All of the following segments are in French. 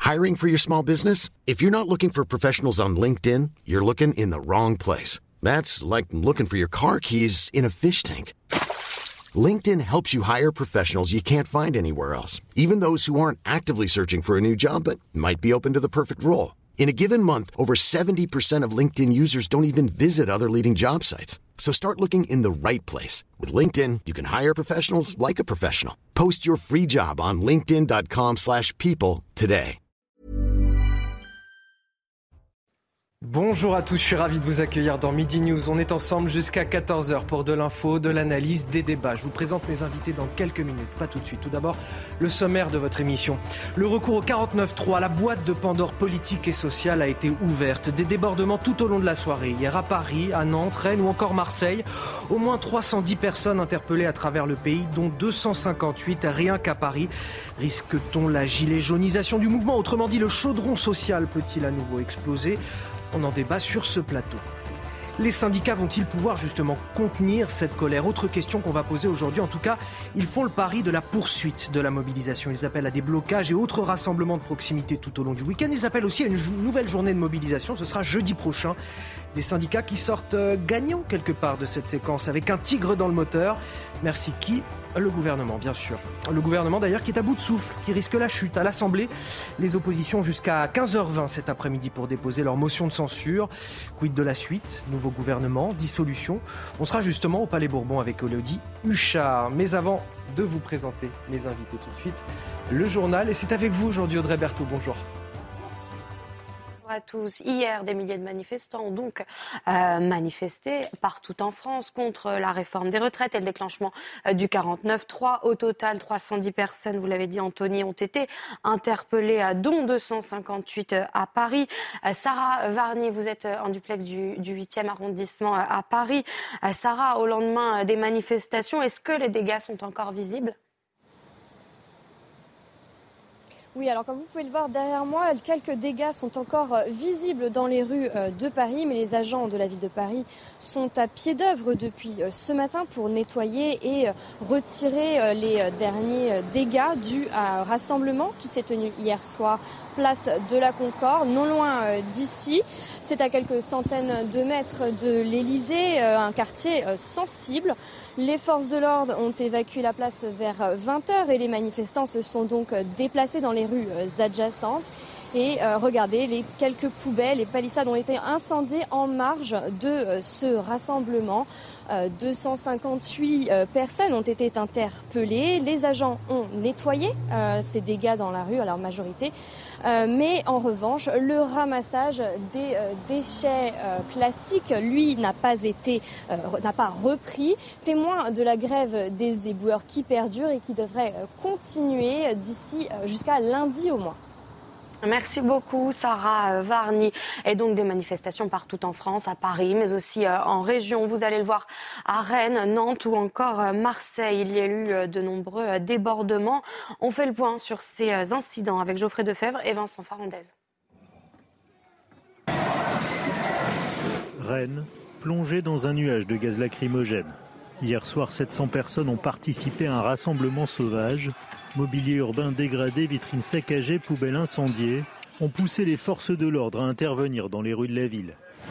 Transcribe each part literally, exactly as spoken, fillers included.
Hiring for your small business? If you're not looking for professionals on LinkedIn, you're looking in the wrong place. That's like looking for your car keys in a fish tank. LinkedIn helps you hire professionals you can't find anywhere else, even those who aren't actively searching for a new job but might be open to the perfect role. In a given month, over seventy percent of LinkedIn users don't even visit other leading job sites. So start looking in the right place. With LinkedIn, you can hire professionals like a professional. Post your free job on linkedin dot com slash people today. Bonjour à tous, je suis ravi de vous accueillir dans Midi News. On est ensemble jusqu'à quatorze heures pour de l'info, de l'analyse, des débats. Je vous présente mes invités dans quelques minutes, pas tout de suite. Tout d'abord, le sommaire de votre émission. Le recours au quarante-neuf trois, la boîte de Pandore politique et sociale a été ouverte. Des débordements tout au long de la soirée. Hier à Paris, à Nantes, Rennes ou encore Marseille. Au moins trois cent dix personnes interpellées à travers le pays, dont deux cent cinquante-huit rien qu'à Paris. Risque-t-on la gilet jaunisation du mouvement? Autrement dit, le chaudron social peut-il à nouveau exploser? On en débat sur ce plateau. Les syndicats vont-ils pouvoir justement contenir cette colère? Autre question qu'on va poser aujourd'hui. En tout cas, ils font le pari de la poursuite de la mobilisation. Ils appellent à des blocages et autres rassemblements de proximité tout au long du week-end. Ils appellent aussi à une jou- nouvelle journée de mobilisation. Ce sera jeudi prochain. Des syndicats qui sortent euh, gagnants quelque part de cette séquence avec un tigre dans le moteur. Merci qui? Le gouvernement, bien sûr. Le gouvernement d'ailleurs qui est à bout de souffle, qui risque la chute à l'Assemblée. Les oppositions jusqu'à quinze heures vingt cet après-midi pour déposer leur motion de censure. Quid de la suite? Nouveau gouvernement, dissolution. On sera justement au Palais Bourbon avec Élodie Huchard. Mais avant de vous présenter mes invités tout de suite, le journal. Et c'est avec vous aujourd'hui Audrey Berthaud. Bonjour. Bonjour à tous. Hier, des milliers de manifestants ont donc euh, manifesté partout en France contre la réforme des retraites et le déclenchement euh, du quarante-neuf trois. Au total, trois cent dix personnes, vous l'avez dit Anthony, ont été interpellées, euh, dont deux cent cinquante-huit euh, à Paris. Euh, Sarah Varny, vous êtes euh, en duplex du, du huitième arrondissement euh, à Paris. Euh, Sarah, au lendemain euh, des manifestations, est-ce que les dégâts sont encore visibles ? Oui, alors comme vous pouvez le voir derrière moi, quelques dégâts sont encore visibles dans les rues de Paris, mais les agents de la ville de Paris sont à pied d'œuvre depuis ce matin pour nettoyer et retirer les derniers dégâts dus à un rassemblement qui s'est tenu hier soir place de la Concorde, non loin d'ici. C'est à quelques centaines de mètres de l'Élysée, un quartier sensible. Les forces de l'ordre ont évacué la place vers vingt heures et les manifestants se sont donc déplacés dans les rues adjacentes. Et euh, regardez, les quelques poubelles, les palissades ont été incendiées en marge de euh, ce rassemblement. Euh, deux cent cinquante-huit euh, personnes ont été interpellées. Les agents ont nettoyé euh, ces dégâts dans la rue à leur majorité. Euh, mais en revanche, le ramassage des euh, déchets euh, classiques, lui, n'a pas été, euh, n'a pas repris. Témoin de la grève des éboueurs qui perdure et qui devrait euh, continuer d'ici euh, jusqu'à lundi au moins. Merci beaucoup Sarah Varny. Et donc des manifestations partout en France, à Paris, mais aussi en région. Vous allez le voir à Rennes, Nantes ou encore Marseille. Il y a eu de nombreux débordements. On fait le point sur ces incidents avec Geoffrey Defebvre et Vincent Farandez. Rennes, plongée dans un nuage de gaz lacrymogène. Hier soir, sept cents personnes ont participé à un rassemblement sauvage. Mobilier urbain dégradé, vitrines saccagées, poubelles incendiées ont poussé les forces de l'ordre à intervenir dans les rues de la ville.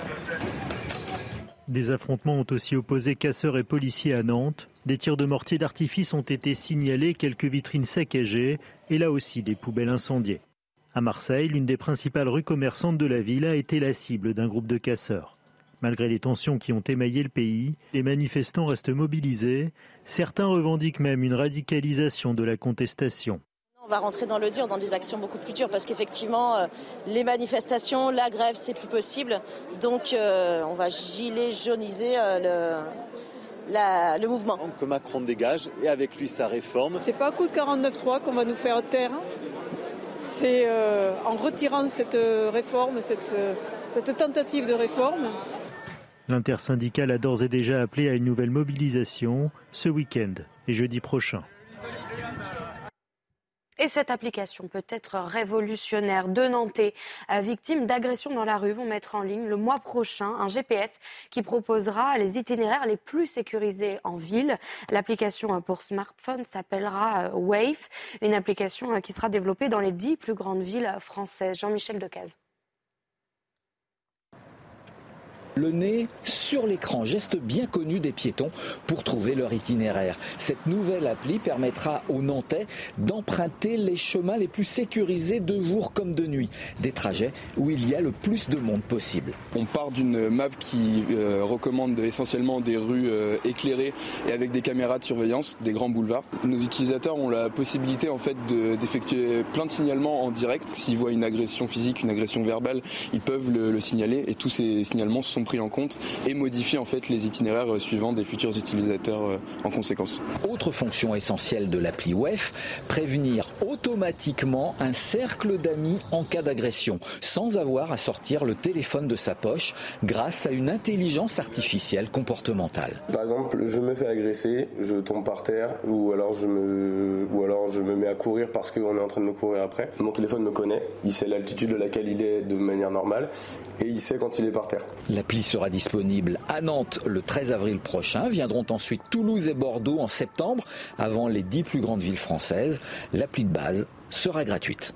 Des affrontements ont aussi opposé casseurs et policiers à Nantes. Des tirs de mortier d'artifice ont été signalés, quelques vitrines saccagées et là aussi des poubelles incendiées. À Marseille, l'une des principales rues commerçantes de la ville a été la cible d'un groupe de casseurs. Malgré les tensions qui ont émaillé le pays, les manifestants restent mobilisés. Certains revendiquent même une radicalisation de la contestation. On va rentrer dans le dur, dans des actions beaucoup plus dures, parce qu'effectivement, euh, les manifestations, la grève, c'est plus possible. Donc, euh, on va gilet jauniser euh, le, la, le mouvement. Que Macron dégage, et avec lui sa réforme. C'est pas un coup de quarante-neuf trois qu'on va nous faire taire. C'est euh, en retirant cette réforme, cette, cette tentative de réforme. L'intersyndicale a d'ores et déjà appelé à une nouvelle mobilisation ce week-end et jeudi prochain. Et cette application peut être révolutionnaire. Deux Nantais euh, victimes d'agressions dans la rue vont mettre en ligne le mois prochain un G P S qui proposera les itinéraires les plus sécurisés en ville. L'application pour smartphone s'appellera Wave, une application qui sera développée dans les dix plus grandes villes françaises. Jean-Michel Decaze. Le nez sur l'écran, geste bien connu des piétons pour trouver leur itinéraire. Cette nouvelle appli permettra aux Nantais d'emprunter les chemins les plus sécurisés de jour comme de nuit. Des trajets où il y a le plus de monde possible. On part d'une map qui euh, recommande essentiellement des rues euh, éclairées et avec des caméras de surveillance, des grands boulevards. Nos utilisateurs ont la possibilité en fait de, d'effectuer plein de signalements en direct. S'ils voient une agression physique, une agression verbale, ils peuvent le, le signaler et tous ces signalements sont pris en compte et modifient en fait les itinéraires suivants des futurs utilisateurs en conséquence. Autre fonction essentielle de l'appli W E F, prévenir automatiquement un cercle d'amis en cas d'agression, sans avoir à sortir le téléphone de sa poche, grâce à une intelligence artificielle comportementale. Par exemple, je me fais agresser, je tombe par terre, ou alors je me, ou alors je me mets à courir parce qu'on est en train de me courir après. Mon téléphone me connaît, il sait l'altitude de laquelle il est de manière normale, et il sait quand il est par terre. L'appli sera disponible à Nantes le treize avril prochain. Viendront ensuite Toulouse et Bordeaux en septembre, avant les dix plus grandes villes françaises. L'appli de base sera gratuite.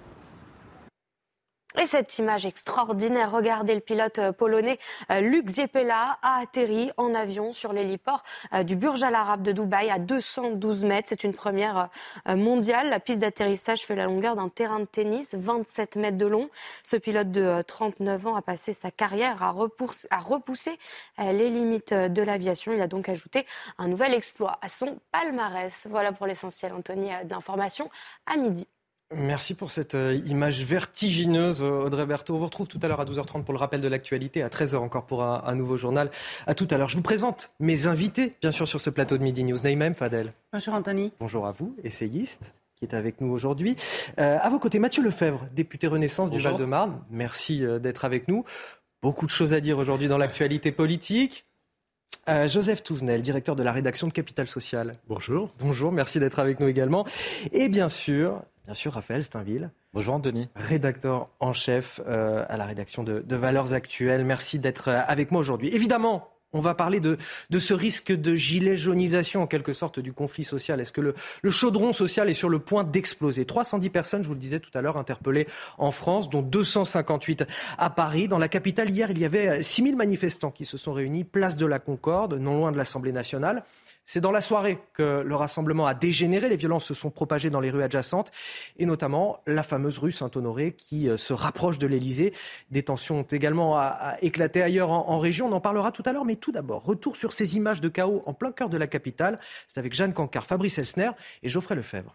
Et cette image extraordinaire, regardez, le pilote polonais Luc Ziepela a atterri en avion sur l'héliport du Burj Al Arab de Dubaï à deux cent douze mètres. C'est une première mondiale. La piste d'atterrissage fait la longueur d'un terrain de tennis, vingt-sept mètres de long. Ce pilote de trente-neuf ans a passé sa carrière à repousser, à repousser les limites de l'aviation. Il a donc ajouté un nouvel exploit à son palmarès. Voilà pour l'essentiel, Anthony, d'informations à midi. Merci pour cette image vertigineuse, Audrey Berthaud. On vous retrouve tout à l'heure à douze heures trente pour le rappel de l'actualité, à treize heures encore pour un, un nouveau journal. À tout à l'heure. Je vous présente mes invités, bien sûr, sur ce plateau de Midi News. Naïma M. Fadel. Bonjour Anthony. Bonjour à vous, essayiste, qui est avec nous aujourd'hui. Euh, à vos côtés, Mathieu Lefebvre, député Renaissance Bonjour. Du Val-de-Marne. Merci d'être avec nous. Beaucoup de choses à dire aujourd'hui dans l'actualité politique. Euh, Joseph Touvenel, directeur de la rédaction de Capital Social. Bonjour. Bonjour, merci d'être avec nous également. Et bien sûr... Bien sûr, Raphaël Steinville. Bonjour Anthony. Rédacteur en chef euh, à la rédaction de, de Valeurs Actuelles. Merci d'être avec moi aujourd'hui. Évidemment, on va parler de, de ce risque de gilet jaunisation, en quelque sorte, du conflit social. Est-ce que le, le chaudron social est sur le point d'exploser ? trois cent dix personnes, je vous le disais tout à l'heure, interpellées en France, dont deux cent cinquante-huit à Paris. Dans la capitale, hier, il y avait six mille manifestants qui se sont réunis, place de la Concorde, non loin de l'Assemblée nationale. C'est dans la soirée que le rassemblement a dégénéré. Les violences se sont propagées dans les rues adjacentes et notamment la fameuse rue Saint-Honoré qui se rapproche de l'Élysée. Des tensions ont également à, à éclaté ailleurs en, en région. On en parlera tout à l'heure. Mais tout d'abord, retour sur ces images de chaos en plein cœur de la capitale. C'est avec Jeanne Cancard, Fabrice Elsner et Geoffrey Lefebvre.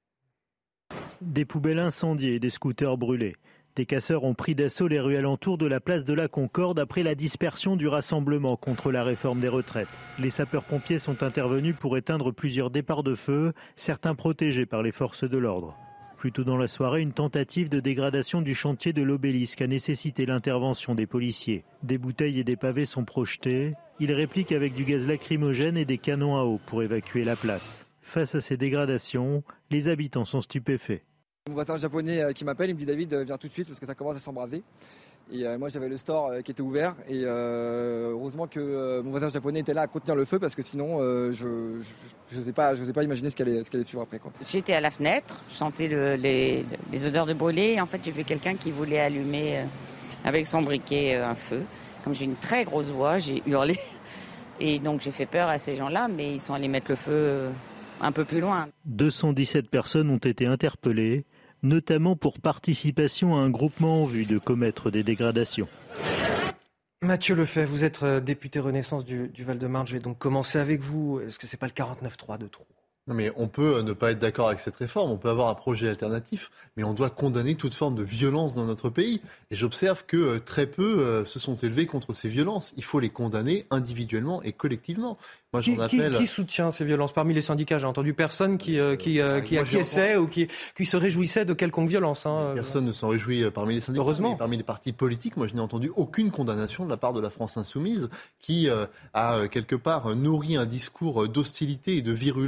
Des poubelles incendiées et des scooters brûlés. Des casseurs ont pris d'assaut les rues alentours de la place de la Concorde après la dispersion du rassemblement contre la réforme des retraites. Les sapeurs-pompiers sont intervenus pour éteindre plusieurs départs de feu, certains protégés par les forces de l'ordre. Plus tôt dans la soirée, une tentative de dégradation du chantier de l'Obélisque a nécessité l'intervention des policiers. Des bouteilles et des pavés sont projetés. Ils répliquent avec du gaz lacrymogène et des canons à eau pour évacuer la place. Face à ces dégradations, les habitants sont stupéfaits. Mon voisin japonais qui m'appelle, il me dit David, viens tout de suite parce que ça commence à s'embraser. Et euh, moi j'avais le store euh, qui était ouvert et euh, heureusement que euh, mon voisin japonais était là à contenir le feu parce que sinon euh, je je n'osais pas, je n'osais pas imaginer ce qu'elle allait, ce qu'elle allait suivre après, quoi. J'étais à la fenêtre, je sentais le, les, les odeurs de brûlé et en fait j'ai vu quelqu'un qui voulait allumer euh, avec son briquet euh, un feu. Comme j'ai une très grosse voix, j'ai hurlé et donc j'ai fait peur à ces gens-là, mais ils sont allés mettre le feu euh, un peu plus loin. deux cent dix-sept personnes ont été interpellées, notamment pour participation à un groupement en vue de commettre des dégradations. Mathieu Lefebvre, vous êtes député Renaissance du, du Val-de-Marne. Je vais donc commencer avec vous. Est-ce que ce n'est pas le quarante-neuf trois de trop ? Non mais on peut ne pas être d'accord avec cette réforme, on peut avoir un projet alternatif, mais on doit condamner toute forme de violence dans notre pays. Et j'observe que euh, très peu euh, se sont élevés contre ces violences. Il faut les condamner individuellement et collectivement. Moi, j'en qui, appelle... qui, qui soutient ces violences ? Parmi les syndicats, j'ai entendu personne qui, euh, qui, euh, qui acquiesçait ou qui, qui se réjouissait de quelconque violence. Hein. Personne ne s'en réjouit parmi les syndicats. Heureusement. Mais parmi les partis politiques, moi je n'ai entendu aucune condamnation de la part de la France Insoumise qui euh, a quelque part nourri un discours d'hostilité et de virulence à l'endroit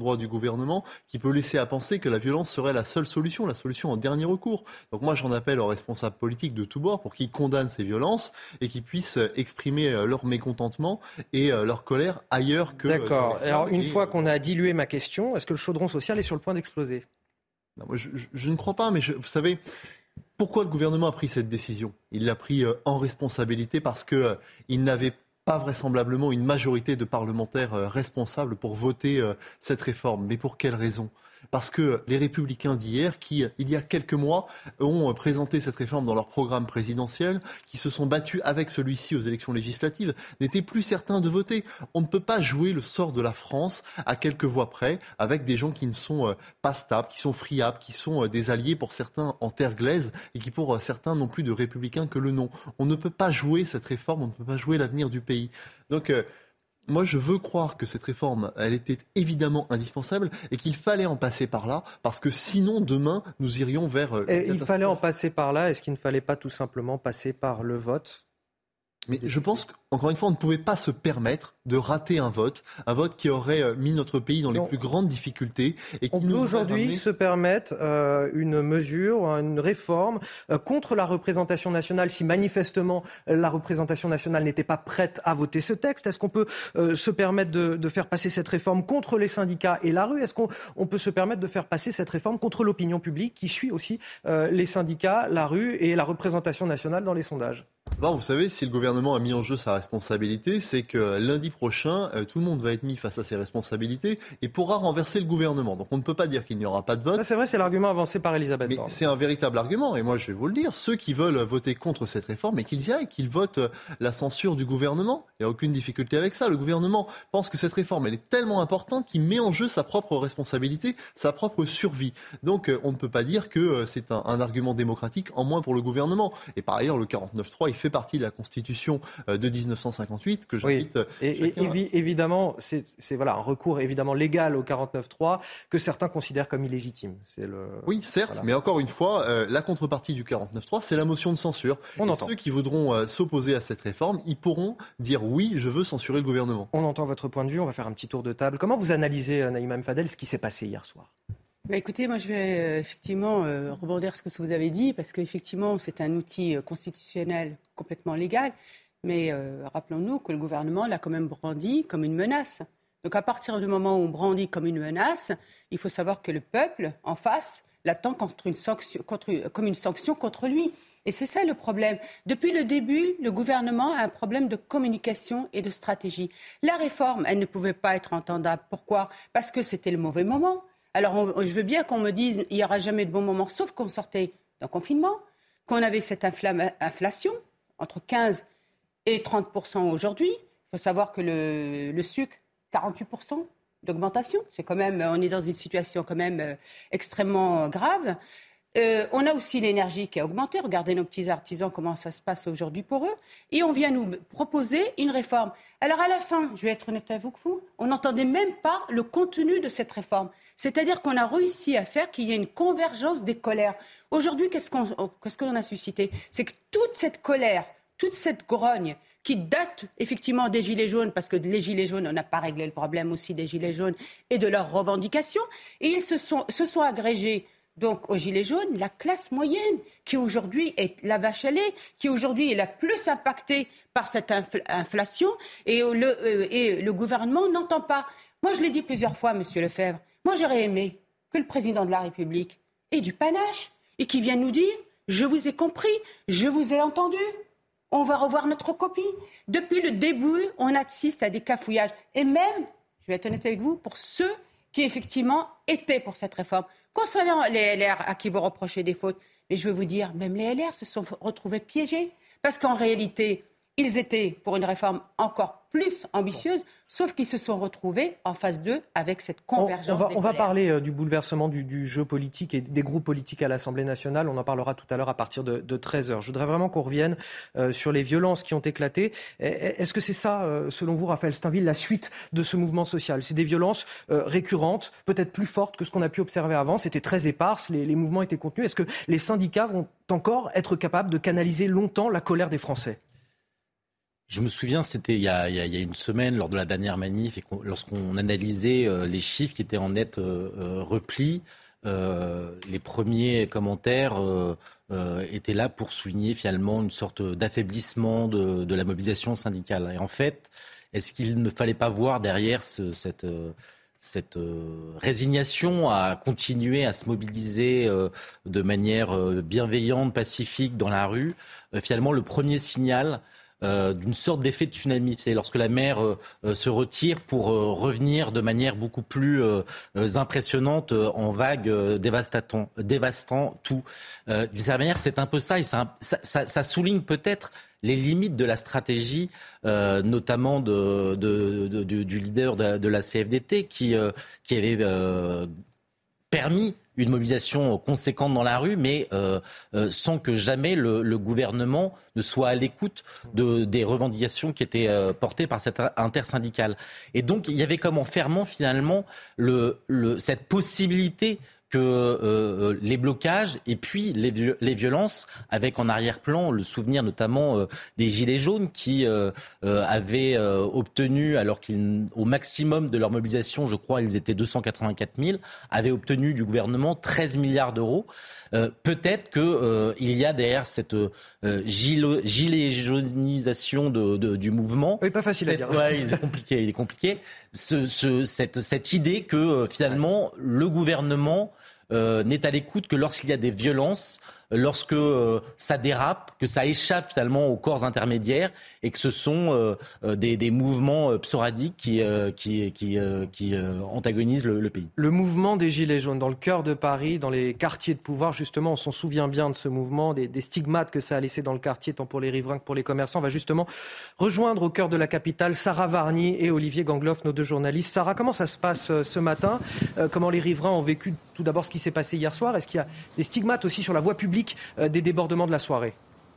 l'endroit du gouvernement qui peut laisser à penser que la violence serait la seule solution, la solution en dernier recours. Donc moi, j'en appelle aux responsables politiques de tous bords pour qu'ils condamnent ces violences et qu'ils puissent exprimer leur mécontentement et leur colère ailleurs que... D'accord. Alors, une et... fois qu'on a dilué ma question, est-ce que le chaudron social est sur le point d'exploser ? Non, moi, je, je, je ne crois pas, mais je, vous savez... Pourquoi le gouvernement a pris cette décision ? Il l'a pris en responsabilité parce qu'il euh, n'avait pas vraisemblablement une majorité de parlementaires euh, responsables pour voter euh, cette réforme. Mais pour quelle raison ? Parce que les Républicains d'hier, qui, il y a quelques mois, ont présenté cette réforme dans leur programme présidentiel, qui se sont battus avec celui-ci aux élections législatives, n'étaient plus certains de voter. On ne peut pas jouer le sort de la France à quelques voix près, avec des gens qui ne sont pas stables, qui sont friables, qui sont des alliés pour certains en terre glaise, et qui pour certains n'ont plus de Républicains que le nom. On ne peut pas jouer cette réforme, on ne peut pas jouer l'avenir du pays. Donc... Euh, Moi, je veux croire que cette réforme, elle était évidemment indispensable et qu'il fallait en passer par là, parce que sinon, demain, nous irions vers... Euh, il fallait en passer par là. Est-ce qu'il ne fallait pas tout simplement passer par le vote ? Mais je pense qu'encore une fois, on ne pouvait pas se permettre de rater un vote, un vote qui aurait mis notre pays dans les non. plus grandes difficultés. Et qui on nous peut aujourd'hui ramené... se permettre euh, une mesure, une réforme euh, contre la représentation nationale si manifestement la représentation nationale n'était pas prête à voter ce texte. Est-ce qu'on peut euh, se permettre de, de faire passer cette réforme contre les syndicats et la rue ? Est-ce qu'on on peut se permettre de faire passer cette réforme contre l'opinion publique qui suit aussi euh, les syndicats, la rue et la représentation nationale dans les sondages ? Bon, vous savez, si le gouvernement a mis en jeu sa responsabilité, c'est que lundi prochain, euh, tout le monde va être mis face à ses responsabilités et pourra renverser le gouvernement. Donc on ne peut pas dire qu'il n'y aura pas de vote. Ça, c'est vrai, c'est l'argument avancé par Elisabeth Mais Borne. C'est un véritable argument et moi je vais vous le dire. Ceux qui veulent voter contre cette réforme, et qu'ils y aillent, qu'ils votent la censure du gouvernement. Il n'y a aucune difficulté avec ça. Le gouvernement pense que cette réforme, elle est tellement importante qu'il met en jeu sa propre responsabilité, sa propre survie. Donc euh, on ne peut pas dire que euh, c'est un, un argument démocratique en moins pour le gouvernement. Et par ailleurs, le quarante-neuf trois, il fait partie de la Constitution de dix-neuf cent cinquante-huit que j'invite. Oui. Et, et évi- évidemment, c'est, c'est voilà, un recours évidemment légal au quarante-neuf trois que certains considèrent comme illégitime. C'est le... Oui, certes, voilà. Mais encore une fois, euh, la contrepartie du quarante-neuf trois, c'est la motion de censure. On et entend. Ceux qui voudront euh, s'opposer à cette réforme, ils pourront dire oui, je veux censurer le gouvernement. On entend votre point de vue, on va faire un petit tour de table. Comment vous analysez, Naïma M. Fadel, ce qui s'est passé hier soir ? Bah écoutez, moi je vais euh, effectivement euh, rebondir sur ce que vous avez dit, parce qu'effectivement c'est un outil euh, constitutionnel complètement légal, mais euh, rappelons-nous que le gouvernement l'a quand même brandi comme une menace. Donc à partir du moment où on brandit comme une menace, il faut savoir que le peuple en face l'attend contre une sanction, contre, comme une sanction contre lui. Et c'est ça le problème. Depuis le début, le gouvernement a un problème de communication et de stratégie. La réforme, elle ne pouvait pas être entendable. Pourquoi ? Parce que c'était le mauvais moment. Alors, on, je veux bien qu'on me dise il n'y aura jamais de bon moment, sauf qu'on sortait d'un confinement, qu'on avait cette infla- inflation entre quinze et trente pour cent aujourd'hui. Il faut savoir que le, le sucre, quarante-huit pour cent d'augmentation. C'est quand même, on est dans une situation quand même euh, extrêmement grave. Euh, on a aussi l'énergie qui a augmenté. Regardez nos petits artisans, comment ça se passe aujourd'hui pour eux. Et on vient nous proposer une réforme. Alors à la fin, je vais être honnête avec vous, on n'entendait même pas le contenu de cette réforme. C'est-à-dire qu'on a réussi à faire qu'il y ait une convergence des colères. Aujourd'hui, qu'est-ce qu'on, qu'est-ce qu'on a suscité ? C'est que toute cette colère, toute cette grogne qui date effectivement des Gilets jaunes, parce que les Gilets jaunes, on n'a pas réglé le problème aussi des Gilets jaunes et de leurs revendications, et ils se sont, se sont agrégés donc aux Gilets jaunes, la classe moyenne, qui aujourd'hui est la vache à lait, qui aujourd'hui est la plus impactée par cette infl- inflation, et le, euh, et le gouvernement n'entend pas. Moi, je l'ai dit plusieurs fois, Monsieur Lefebvre, moi j'aurais aimé que le président de la République ait du panache, et qu'il vienne nous dire « je vous ai compris, je vous ai entendu ». On va revoir notre copie. Depuis le début, on assiste à des cafouillages. Et même, je vais être honnête avec vous, pour ceux qui effectivement étaient pour cette réforme. Concernant les L R à qui vous reprochez des fautes, mais je veux vous dire, même les L R se sont retrouvés piégés. Parce qu'en réalité, ils étaient pour une réforme encore plus ambitieuse, sauf qu'ils se sont retrouvés en phase deux avec cette convergence. On, on, va, des on va parler euh, du bouleversement du, du jeu politique et des groupes politiques à l'Assemblée nationale. On en parlera tout à l'heure à partir de, de treize heures. Je voudrais vraiment qu'on revienne euh, sur les violences qui ont éclaté. Est-ce que c'est ça, euh, selon vous, Raphaël Steinville, la suite de ce mouvement social ? C'est des violences euh, récurrentes, peut-être plus fortes que ce qu'on a pu observer avant. C'était très éparse, les, les mouvements étaient contenus. Est-ce que les syndicats vont encore être capables de canaliser longtemps la colère des Français ? Je me souviens, c'était il y, a, il, y a, il y a une semaine, lors de la dernière manif, et lorsqu'on analysait euh, les chiffres qui étaient en net euh, repli, euh, les premiers commentaires euh, euh, étaient là pour souligner finalement une sorte d'affaiblissement de, de la mobilisation syndicale. Et en fait, est-ce qu'il ne fallait pas voir derrière ce, cette... Euh, cette euh, résignation à continuer à se mobiliser euh, de manière euh, bienveillante, pacifique dans la rue, euh, finalement le premier signal euh, d'une sorte d'effet de tsunami. C'est lorsque la mer euh, euh, se retire pour euh, revenir de manière beaucoup plus euh, euh, impressionnante euh, en vagues euh, dévastatant, dévastant tout. Euh, d'une certaine manière, c'est un peu ça, et ça, ça, ça, ça souligne peut-être les limites de la stratégie, euh, notamment de, de, de, de, du leader de, de la C F D T, qui, euh, qui avait euh, permis une mobilisation conséquente dans la rue, mais euh, euh, sans que jamais le, le gouvernement ne soit à l'écoute de, des revendications qui étaient euh, portées par cette intersyndicale. Et donc, il y avait comme en fermant finalement le, le, cette possibilité que euh, les blocages et puis les, les violences, avec en arrière-plan le souvenir notamment euh, des Gilets jaunes qui euh, euh, avaient euh, obtenu, alors qu'au maximum de leur mobilisation, je crois, ils étaient deux cent quatre-vingt-quatre mille, avaient obtenu du gouvernement treize milliards d'euros. Euh, peut-être qu'il euh, y a derrière cette euh, gilet, gilet jaunisation de, de, du mouvement. Oui, pas facile cette, à dire. Ouais, il est compliqué. Il est compliqué. Ce, ce, cette, cette idée que euh, finalement ouais. le gouvernement euh, n'est à l'écoute que lorsqu'il y a des violences, lorsque euh, ça dérape, que ça échappe finalement aux corps intermédiaires et que ce sont euh, des, des mouvements euh, psoradiques qui, euh, qui, qui, euh, qui euh, antagonisent le, le pays. Le mouvement des Gilets jaunes dans le cœur de Paris, dans les quartiers de pouvoir, justement, on s'en souvient bien de ce mouvement, des, des stigmates que ça a laissé dans le quartier, tant pour les riverains que pour les commerçants. On va justement rejoindre au cœur de la capitale Sarah Varny et Olivier Gangloff, nos deux journalistes. Sarah, comment ça se passe euh, ce matin euh, Comment les riverains ont vécu tout d'abord ce qui s'est passé hier soir? Est-ce qu'il y a des stigmates aussi sur la voie publique des débordements de la soirée?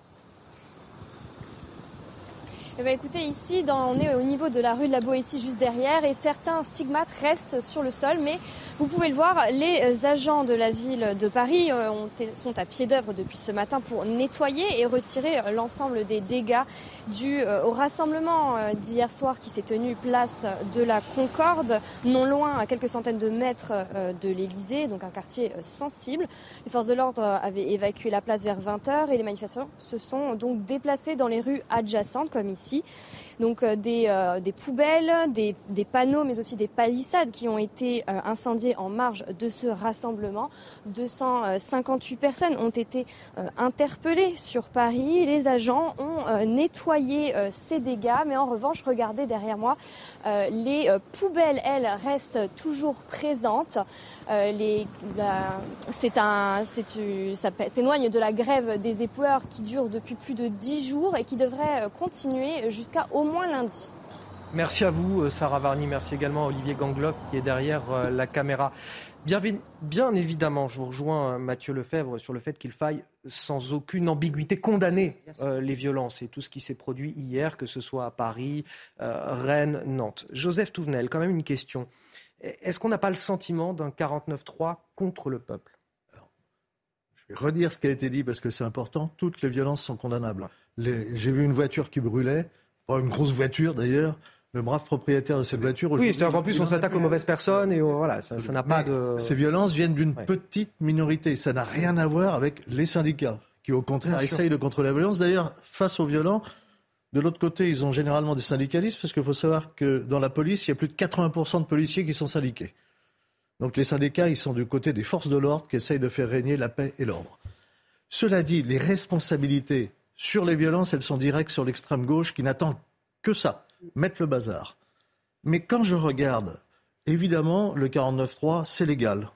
Eh bien, écoutez, ici, dans, on est au niveau de la rue de la Boétie, juste derrière, et certains stigmates restent sur le sol. Mais vous pouvez le voir, les agents de la ville de Paris euh, ont, sont à pied d'œuvre depuis ce matin pour nettoyer et retirer l'ensemble des dégâts dus euh, au rassemblement euh, d'hier soir qui s'est tenu place de la Concorde, non loin, à quelques centaines de mètres euh, de l'Élysée, donc un quartier euh, sensible. Les forces de l'ordre avaient évacué la place vers vingt heures et les manifestants se sont donc déplacés dans les rues adjacentes, comme ici. Donc euh, des, euh, des poubelles, des, des panneaux, mais aussi des palissades qui ont été euh, incendiées en marge de ce rassemblement. deux cent cinquante-huit personnes ont été euh, interpellées sur Paris. Les agents ont euh, nettoyé euh, ces dégâts, mais en revanche, regardez derrière moi, euh, les euh, poubelles, elles, restent toujours présentes. Euh, les, la, c'est un, c'est, ça témoigne de la grève des époueurs qui dure depuis plus de dix jours et qui devrait continuer jusqu'à au moins lundi. Merci à vous, Sarah Varny. Merci également à Olivier Gangloff qui est derrière la caméra. Bien, bien évidemment, je vous rejoins, Mathieu Lefebvre, sur le fait qu'il faille sans aucune ambiguïté condamner euh, les violences et tout ce qui s'est produit hier, que ce soit à Paris, euh, Rennes, Nantes. Joseph Touvenel, quand même une question. Est-ce qu'on n'a pas le sentiment d'un quarante-neuf trois contre le peuple ? Alors, je vais redire ce qui a été dit parce que c'est important. Toutes les violences sont condamnables. Les, j'ai vu une voiture qui brûlait, pas une grosse voiture d'ailleurs. Le brave propriétaire de cette voiture... Oui, c'est-à-dire qu'en plus on s'attaque aux mauvaises personnes et aux, voilà, ça, ça n'a pas de... Ces violences viennent d'une ouais. petite minorité. Ça n'a rien à voir avec les syndicats qui au contraire essayent de contrôler la violence. D'ailleurs, face aux violents, de l'autre côté, ils ont généralement des syndicalistes parce qu'il faut savoir que dans la police, il y a plus de quatre-vingts pour cent de policiers qui sont syndiqués. Donc les syndicats, ils sont du côté des forces de l'ordre qui essayent de faire régner la paix et l'ordre. Cela dit, les responsabilités sur les violences, elles sont directes sur l'extrême gauche qui n'attend que ça, mettre le bazar. Mais quand je regarde, évidemment, le quarante-neuf trois, c'est légal.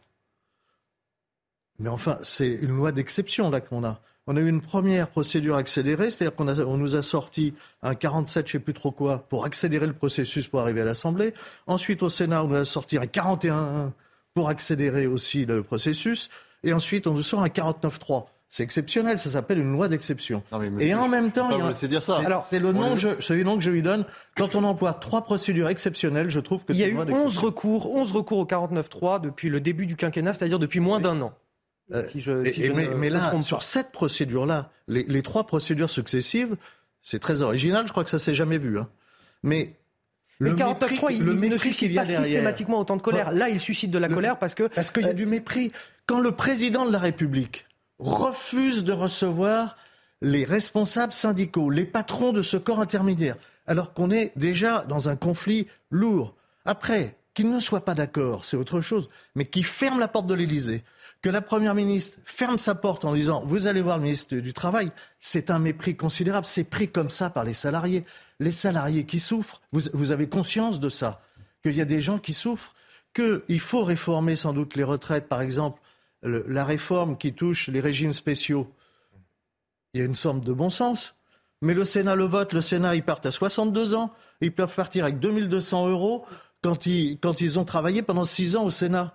Mais enfin, c'est une loi d'exception là qu'on a. On a eu une première procédure accélérée, c'est-à-dire qu'on a, on nous a sorti un quarante-sept, je ne sais plus trop quoi, pour accélérer le processus pour arriver à l'Assemblée. Ensuite, au Sénat, on nous a sorti un quarante et un pour accélérer aussi le processus. Et ensuite, on nous sort un quarante-neuf trois. C'est exceptionnel, ça s'appelle une loi d'exception. Non, mais et en même temps, il y a... c'est dire ça. C'est, alors, c'est le nom, que je, c'est le nom que je lui donne. Quand on emploie trois procédures exceptionnelles, je trouve que il c'est une loi d'exception. Il y a eu onze recours, onze recours au quarante-neuf trois depuis le début du quinquennat, c'est-à-dire depuis moins oui. d'un an. Euh, si je, si et, je mais, mais là, sur cette procédure-là, les, les trois procédures successives, C'est très original, je crois que ça s'est jamais vu. Hein. Mais le quarante-neuf trois, il, il ne suscite pas derrière. systématiquement autant de colère. Là, il suscite de la le, colère parce que... Parce qu'il y a euh, du mépris. Quand le président de la République refuse de recevoir les responsables syndicaux, les patrons de ce corps intermédiaire, alors qu'on est déjà dans un conflit lourd. Après, qu'ils ne soient pas d'accord, c'est autre chose, mais qu'ils ferment la porte de l'Élysée, que la Première ministre ferme sa porte en disant « vous allez voir le ministre du Travail », c'est un mépris considérable, c'est pris comme ça par les salariés. Les salariés qui souffrent, vous, vous avez conscience de ça, qu'il y a des gens qui souffrent, qu'il faut réformer sans doute les retraites, par exemple, le, la réforme qui touche les régimes spéciaux. Il y a une sorte de bon sens. Mais le Sénat le vote, le Sénat, ils partent à soixante-deux ans, ils peuvent partir avec deux mille deux cents euros quand ils, quand ils ont travaillé pendant six ans au Sénat.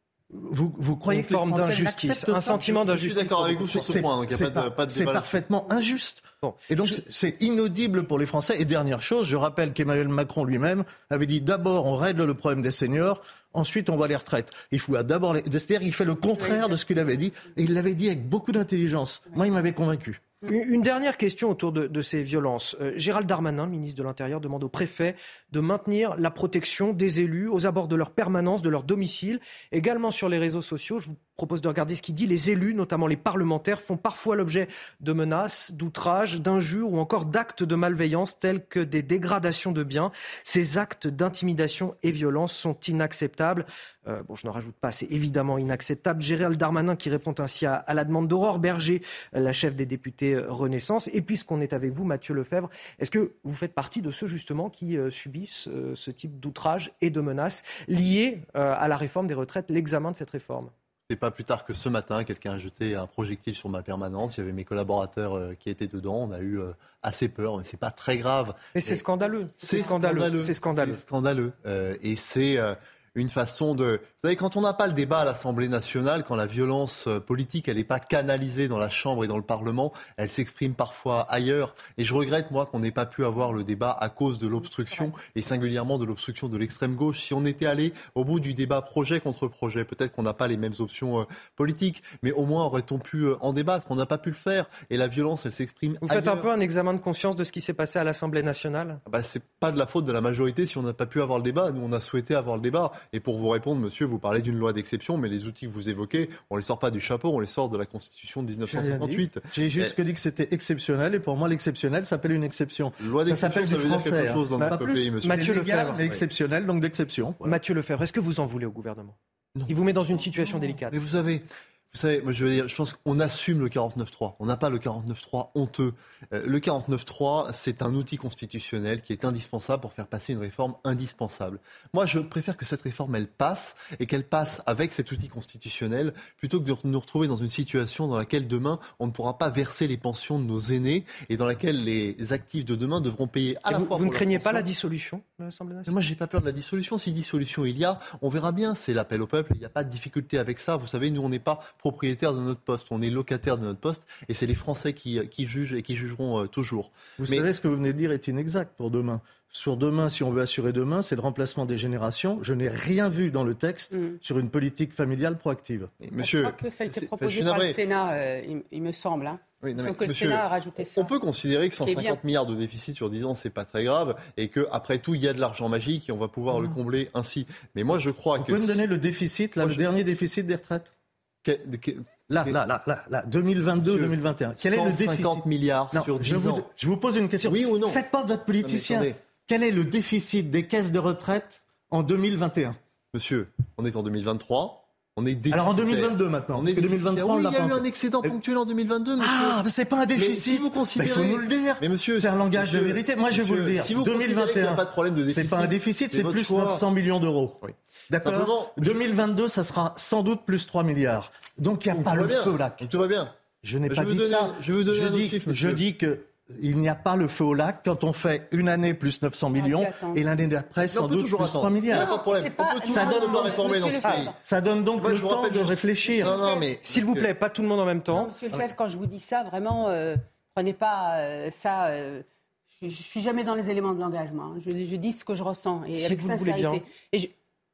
Vous, vous croyez une que forme d'injustice, un sentiment d'injustice. Je suis d'accord avec vous sur ce point, donc il n'y a pas de, pas de C'est parfaitement injuste. Bon, et donc, je... c'est inaudible pour les Français. Et dernière chose, je rappelle qu'Emmanuel Macron lui-même avait dit d'abord on règle le problème des seniors, ensuite on voit les retraites. Il faut d'abord les... C'est-à-dire il fait le contraire de ce qu'il avait dit, et il l'avait dit avec beaucoup d'intelligence. Moi, il m'avait convaincu. Une dernière question autour de, de ces violences. Euh, Gérald Darmanin, ministre de l'Intérieur, demande au préfet de maintenir la protection des élus aux abords de leur permanence, de leur domicile. Également sur les réseaux sociaux, je vous propose de regarder ce qu'il dit. Les élus, notamment les parlementaires, font parfois l'objet de menaces, d'outrages, d'injures ou encore d'actes de malveillance tels que des dégradations de biens. Ces actes d'intimidation et violence sont inacceptables. Euh, bon, je n'en rajoute pas, c'est évidemment inacceptable. Gérald Darmanin qui répond ainsi à, à la demande d'Aurore Berger, la chef des députés Renaissance. Et puisqu'on est avec vous, Mathieu Lefebvre, est-ce que vous faites partie de ceux justement qui euh, subissent euh, ce type d'outrage et de menaces liés euh, à la réforme des retraites, l'examen de cette réforme ? C'est pas plus tard que ce matin, quelqu'un a jeté un projectile sur ma permanence. Il y avait mes collaborateurs euh, qui étaient dedans. On a eu euh, assez peur, mais c'est pas très grave. Mais c'est scandaleux. C'est, c'est scandaleux. scandaleux. C'est scandaleux. C'est scandaleux. Euh, et c'est euh, une façon de... Vous savez, quand on n'a pas le débat à l'Assemblée nationale, quand la violence politique, elle n'est pas canalisée dans la Chambre et dans le Parlement, elle s'exprime parfois ailleurs. Et je regrette, moi, qu'on n'ait pas pu avoir le débat à cause de l'obstruction, et singulièrement de l'obstruction de l'extrême gauche. Si on était allé au bout du débat projet contre projet, peut-être qu'on n'a pas les mêmes options euh, politiques, mais au moins aurait-on pu euh, en débattre. On n'a pas pu le faire. Et la violence, elle s'exprime Vous ailleurs. faites un peu un examen de conscience de ce qui s'est passé à l'Assemblée nationale ? Bah, c'est pas de la faute de la majorité si on n'a pas pu avoir le débat. Nous, on a souhaité avoir le débat. Et pour vous répondre, monsieur, vous parlez d'une loi d'exception, mais les outils que vous évoquez, on les sort pas du chapeau, on les sort de la Constitution de dix-neuf cent cinquante-huit. J'ai juste et... dit que c'était exceptionnel, et pour moi, l'exceptionnel s'appelle une exception. Loi ça s'appelle ça du veut français. Dire quelque chose dans bah, notre plus, pays, monsieur. Mathieu Lefebvre, mais exceptionnel, donc d'exception. Voilà. Mathieu Lefebvre, est-ce que vous en voulez au gouvernement ? Non. Il vous met dans une situation délicate. Mais vous savez... Vous savez, moi je veux dire, je pense qu'on assume le quarante-neuf trois. On n'a pas le quarante-neuf trois honteux. Euh, le quarante-neuf trois, c'est un outil constitutionnel qui est indispensable pour faire passer une réforme indispensable. Moi, je préfère que cette réforme, elle passe, et qu'elle passe avec cet outil constitutionnel, plutôt que de nous retrouver dans une situation dans laquelle demain, on ne pourra pas verser les pensions de nos aînés, et dans laquelle les actifs de demain devront payer à et la vous, fois... Vous ne pour craignez pension. Pas la dissolution de l'Assemblée nationale ? Moi, j'ai pas peur de la dissolution. Si dissolution il y a, on verra bien. C'est l'appel au peuple. Il n'y a pas de difficulté avec ça. Vous savez, nous, on n'est pas propriétaire de notre poste, on est locataire de notre poste, et c'est les Français qui, qui jugent et qui jugeront euh, toujours. Vous Mais... savez, ce que vous venez de dire est inexact pour demain. Sur demain, si on veut assurer demain, c'est le remplacement des générations. Je n'ai rien vu dans le texte mmh. sur une politique familiale proactive. Mais monsieur, je crois que ça a été proposé par le Sénat, euh, il, il me semble. Hein. Oui, non, mais, que monsieur, le Sénat a rajouté ça. On peut considérer que cent cinquante milliards de déficit sur dix ans, c'est pas très grave, et qu'après tout, il y a de l'argent magique et on va pouvoir mmh. le combler ainsi. Mais moi, je crois vous que... Vous pouvez me donner le déficit, là, moi, le je... dernier déficit des retraites que, que... Là, là, là, là, là, deux mille vingt-deux deux mille vingt et un. Quel est le déficit ? cent cinquante milliards non, sur dix je ans. Vous, je vous pose une question. Oui ou non ? Faites pas de votre politicien. Non, quel est le déficit des caisses de retraite en deux mille vingt et un ? Monsieur, on est en deux mille vingt-trois. On est déficitaire. Alors en deux mille vingt-deux maintenant. On est deux mille vingt-trois, oui, on il y a eu un excédent ponctuel en deux mille vingt-deux, monsieur. Ah, mais c'est pas un déficit. Mais si vous considérez... Il faut nous le dire. Mais monsieur, c'est un langage monsieur, de vérité. Moi, je vais vous le dire. Si vous deux mille vingt et un, qu'il n'y a pas de problème de déficit, c'est pas un déficit, c'est plus choix... neuf cents millions d'euros. Oui. D'accord. Simplement, deux mille vingt-deux, ça sera sans doute plus trois milliards. Donc il n'y a pas le feu au lac. Tout va bien. Je n'ai pas dit ça. Je veux donner je un dis, chiffre, je dis que il n'y a pas le feu au lac quand on fait une année plus neuf cents millions et l'année d'après sans doute plus trois milliards. Il n'y a pas de problème. On peut ça donne donc réformer dans ce pays. Ça donne donc le temps de réfléchir. Non, non, mais s'il vous plaît, pas tout le monde en même temps. Monsieur Lefebvre, quand je vous dis ça, vraiment, euh, prenez pas euh, ça. Euh, je, je suis jamais dans les éléments de langage, moi. Je, je dis ce que je ressens et si avec vous sincérité. Le voulez bien. Et je,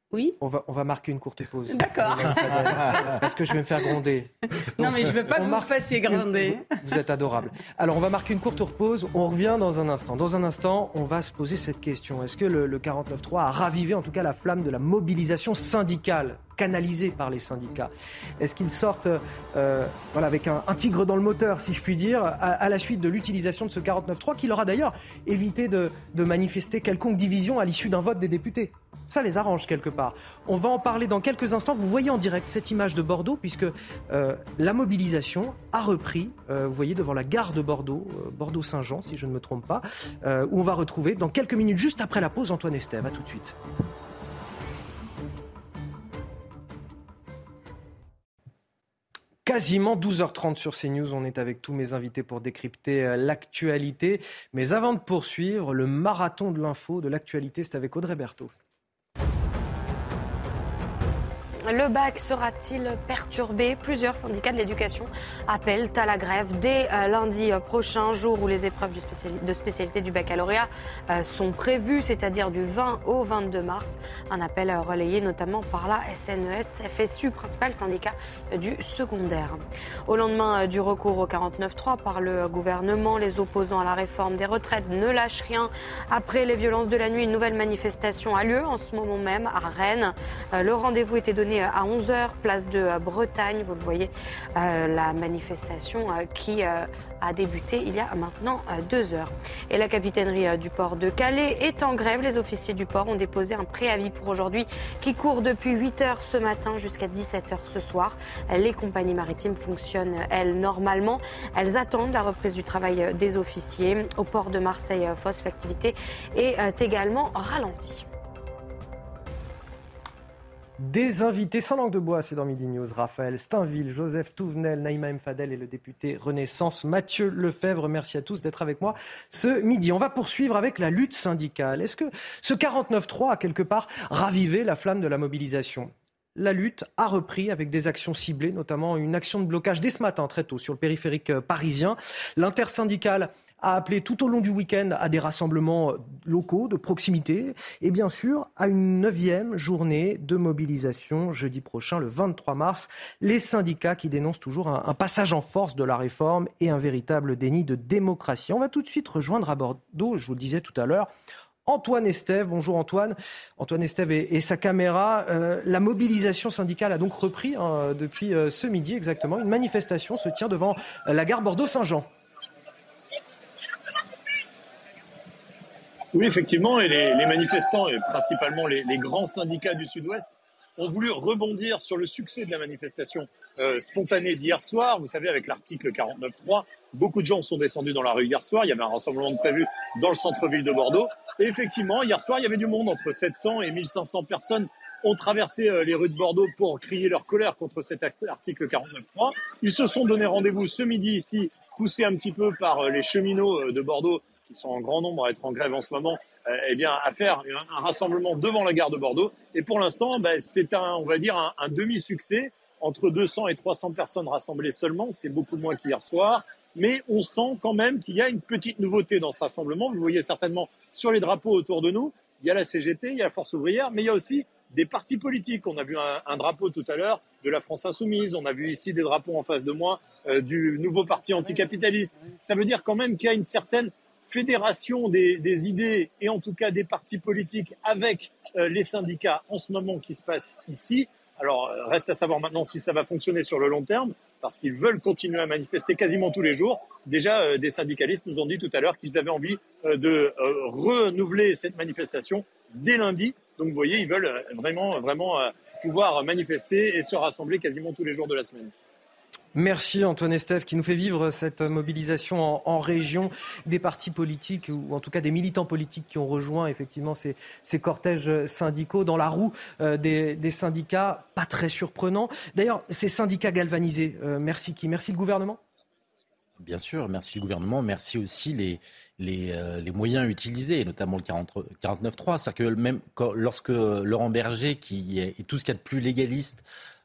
Oui. On va, on va marquer une courte pause. D'accord. Parce que je vais me faire gronder. Donc, non, mais je ne veux pas que vous marque... me fassiez gronder. Vous êtes adorable. Alors, on va marquer une courte pause. On revient dans un instant. Dans un instant, on va se poser cette question. Est-ce que le, le quarante-neuf trois a ravivé, en tout cas, la flamme de la mobilisation syndicale, canalisée par les syndicats? Est-ce qu'ils sortent euh, voilà, avec un, un tigre dans le moteur, si je puis dire, à, à la suite de l'utilisation de ce quarante-neuf trois, qui leur a d'ailleurs évité de, de manifester quelconque division à l'issue d'un vote des députés? Ça les arrange quelque part. On va en parler dans quelques instants. Vous voyez en direct cette image de Bordeaux, puisque euh, la mobilisation a repris, euh, vous voyez, devant la gare de Bordeaux, euh, Bordeaux-Saint-Jean, si je ne me trompe pas, euh, où on va retrouver dans quelques minutes, juste après la pause, Antoine Estève. À tout de suite. Quasiment douze heures trente sur CNews, on est avec tous mes invités pour décrypter l'actualité. Mais avant de poursuivre, le marathon de l'info, de l'actualité, c'est avec Audrey Berthaud. Le bac sera-t-il perturbé? Plusieurs syndicats de l'éducation appellent à la grève dès lundi prochain, jour où les épreuves de spécialité du baccalauréat sont prévues, c'est-à-dire du vingt au vingt-deux mars. Un appel relayé notamment par la S N E S F S U, principal syndicat du secondaire. Au lendemain du recours au quarante-neuf trois par le gouvernement, les opposants à la réforme des retraites ne lâchent rien. Après les violences de la nuit, une nouvelle manifestation a lieu en ce moment même à Rennes. Le rendez-vous était donné à onze heures, place de Bretagne. Vous le voyez, euh, la manifestation euh, qui euh, a débuté il y a maintenant euh, deux heures. Et la capitainerie euh, du port de Calais est en grève. Les officiers du port ont déposé un préavis pour aujourd'hui qui court depuis huit heures ce matin jusqu'à dix-sept heures ce soir. Les compagnies maritimes fonctionnent, elles, normalement. Elles attendent la reprise du travail des officiers. Au port de Marseille-Fos, l'activité est euh, également ralentie. Des invités sans langue de bois, c'est dans Midi News. Raphaël Steinville, Joseph Touvenel, Naïma Mfadel et le député Renaissance Mathieu Lefebvre. Merci à tous d'être avec moi ce midi. On va poursuivre avec la lutte syndicale. Est-ce que ce quarante-neuf trois a quelque part ravivé la flamme de la mobilisation ? La lutte a repris avec des actions ciblées, notamment une action de blocage dès ce matin, très tôt, sur le périphérique parisien. L'intersyndicale a appelé tout au long du week-end à des rassemblements locaux, de proximité, et bien sûr à une neuvième journée de mobilisation jeudi prochain, le vingt-trois mars. Les syndicats qui dénoncent toujours un, un passage en force de la réforme et un véritable déni de démocratie. On va tout de suite rejoindre à Bordeaux, je vous le disais tout à l'heure, Antoine Estève. Bonjour Antoine. Antoine Estève et, et sa caméra. Euh, la mobilisation syndicale a donc repris hein, depuis euh, ce midi exactement. Une manifestation se tient devant euh, la gare Bordeaux-Saint-Jean. Oui, effectivement, et les, les manifestants, et principalement les, les grands syndicats du Sud-Ouest, ont voulu rebondir sur le succès de la manifestation euh, spontanée d'hier soir. Vous savez, avec l'article quarante-neuf trois, beaucoup de gens sont descendus dans la rue hier soir. Il y avait un rassemblement de prévu dans le centre-ville de Bordeaux. Et effectivement, hier soir, il y avait du monde. Entre sept cents et mille cinq cents personnes ont traversé euh, les rues de Bordeaux pour crier leur colère contre cet article quarante-neuf trois. Ils se sont donné rendez-vous ce midi ici, poussés un petit peu par euh, les cheminots euh, de Bordeaux, qui sont en grand nombre à être en grève en ce moment, euh, eh bien, à faire un, un rassemblement devant la gare de Bordeaux. Et pour l'instant, ben, c'est un, on va dire, un, un demi-succès. Entre deux cents et trois cents personnes rassemblées seulement, c'est beaucoup moins qu'hier soir. Mais on sent quand même qu'il y a une petite nouveauté dans ce rassemblement. Vous le voyez certainement sur les drapeaux autour de nous. Il y a la C G T, il y a la Force ouvrière, mais il y a aussi des partis politiques. On a vu un, un drapeau tout à l'heure de la France Insoumise. On a vu ici des drapeaux en face de moi euh, du nouveau parti anticapitaliste. Ça veut dire quand même qu'il y a une certaine fédération des, des idées et en tout cas des partis politiques avec euh, les syndicats en ce moment qui se passe ici. Alors, reste à savoir maintenant si ça va fonctionner sur le long terme, parce qu'ils veulent continuer à manifester quasiment tous les jours. Déjà, euh, des syndicalistes nous ont dit tout à l'heure qu'ils avaient envie euh, de euh, renouveler cette manifestation dès lundi. Donc, vous voyez, ils veulent vraiment, vraiment euh, pouvoir manifester et se rassembler quasiment tous les jours de la semaine. Merci Antoine Estève qui nous fait vivre cette mobilisation en, en région, des partis politiques ou en tout cas des militants politiques qui ont rejoint effectivement ces, ces cortèges syndicaux dans la roue euh, des, des syndicats, pas très surprenant. D'ailleurs, ces syndicats galvanisés, euh, merci qui? Merci le gouvernement? Bien sûr, merci le gouvernement, merci aussi les, les, euh, les moyens utilisés, notamment le quarante-neuf trois. C'est-à-dire que même quand, lorsque Laurent Berger, qui est, est tout ce qu'il y a de plus légaliste,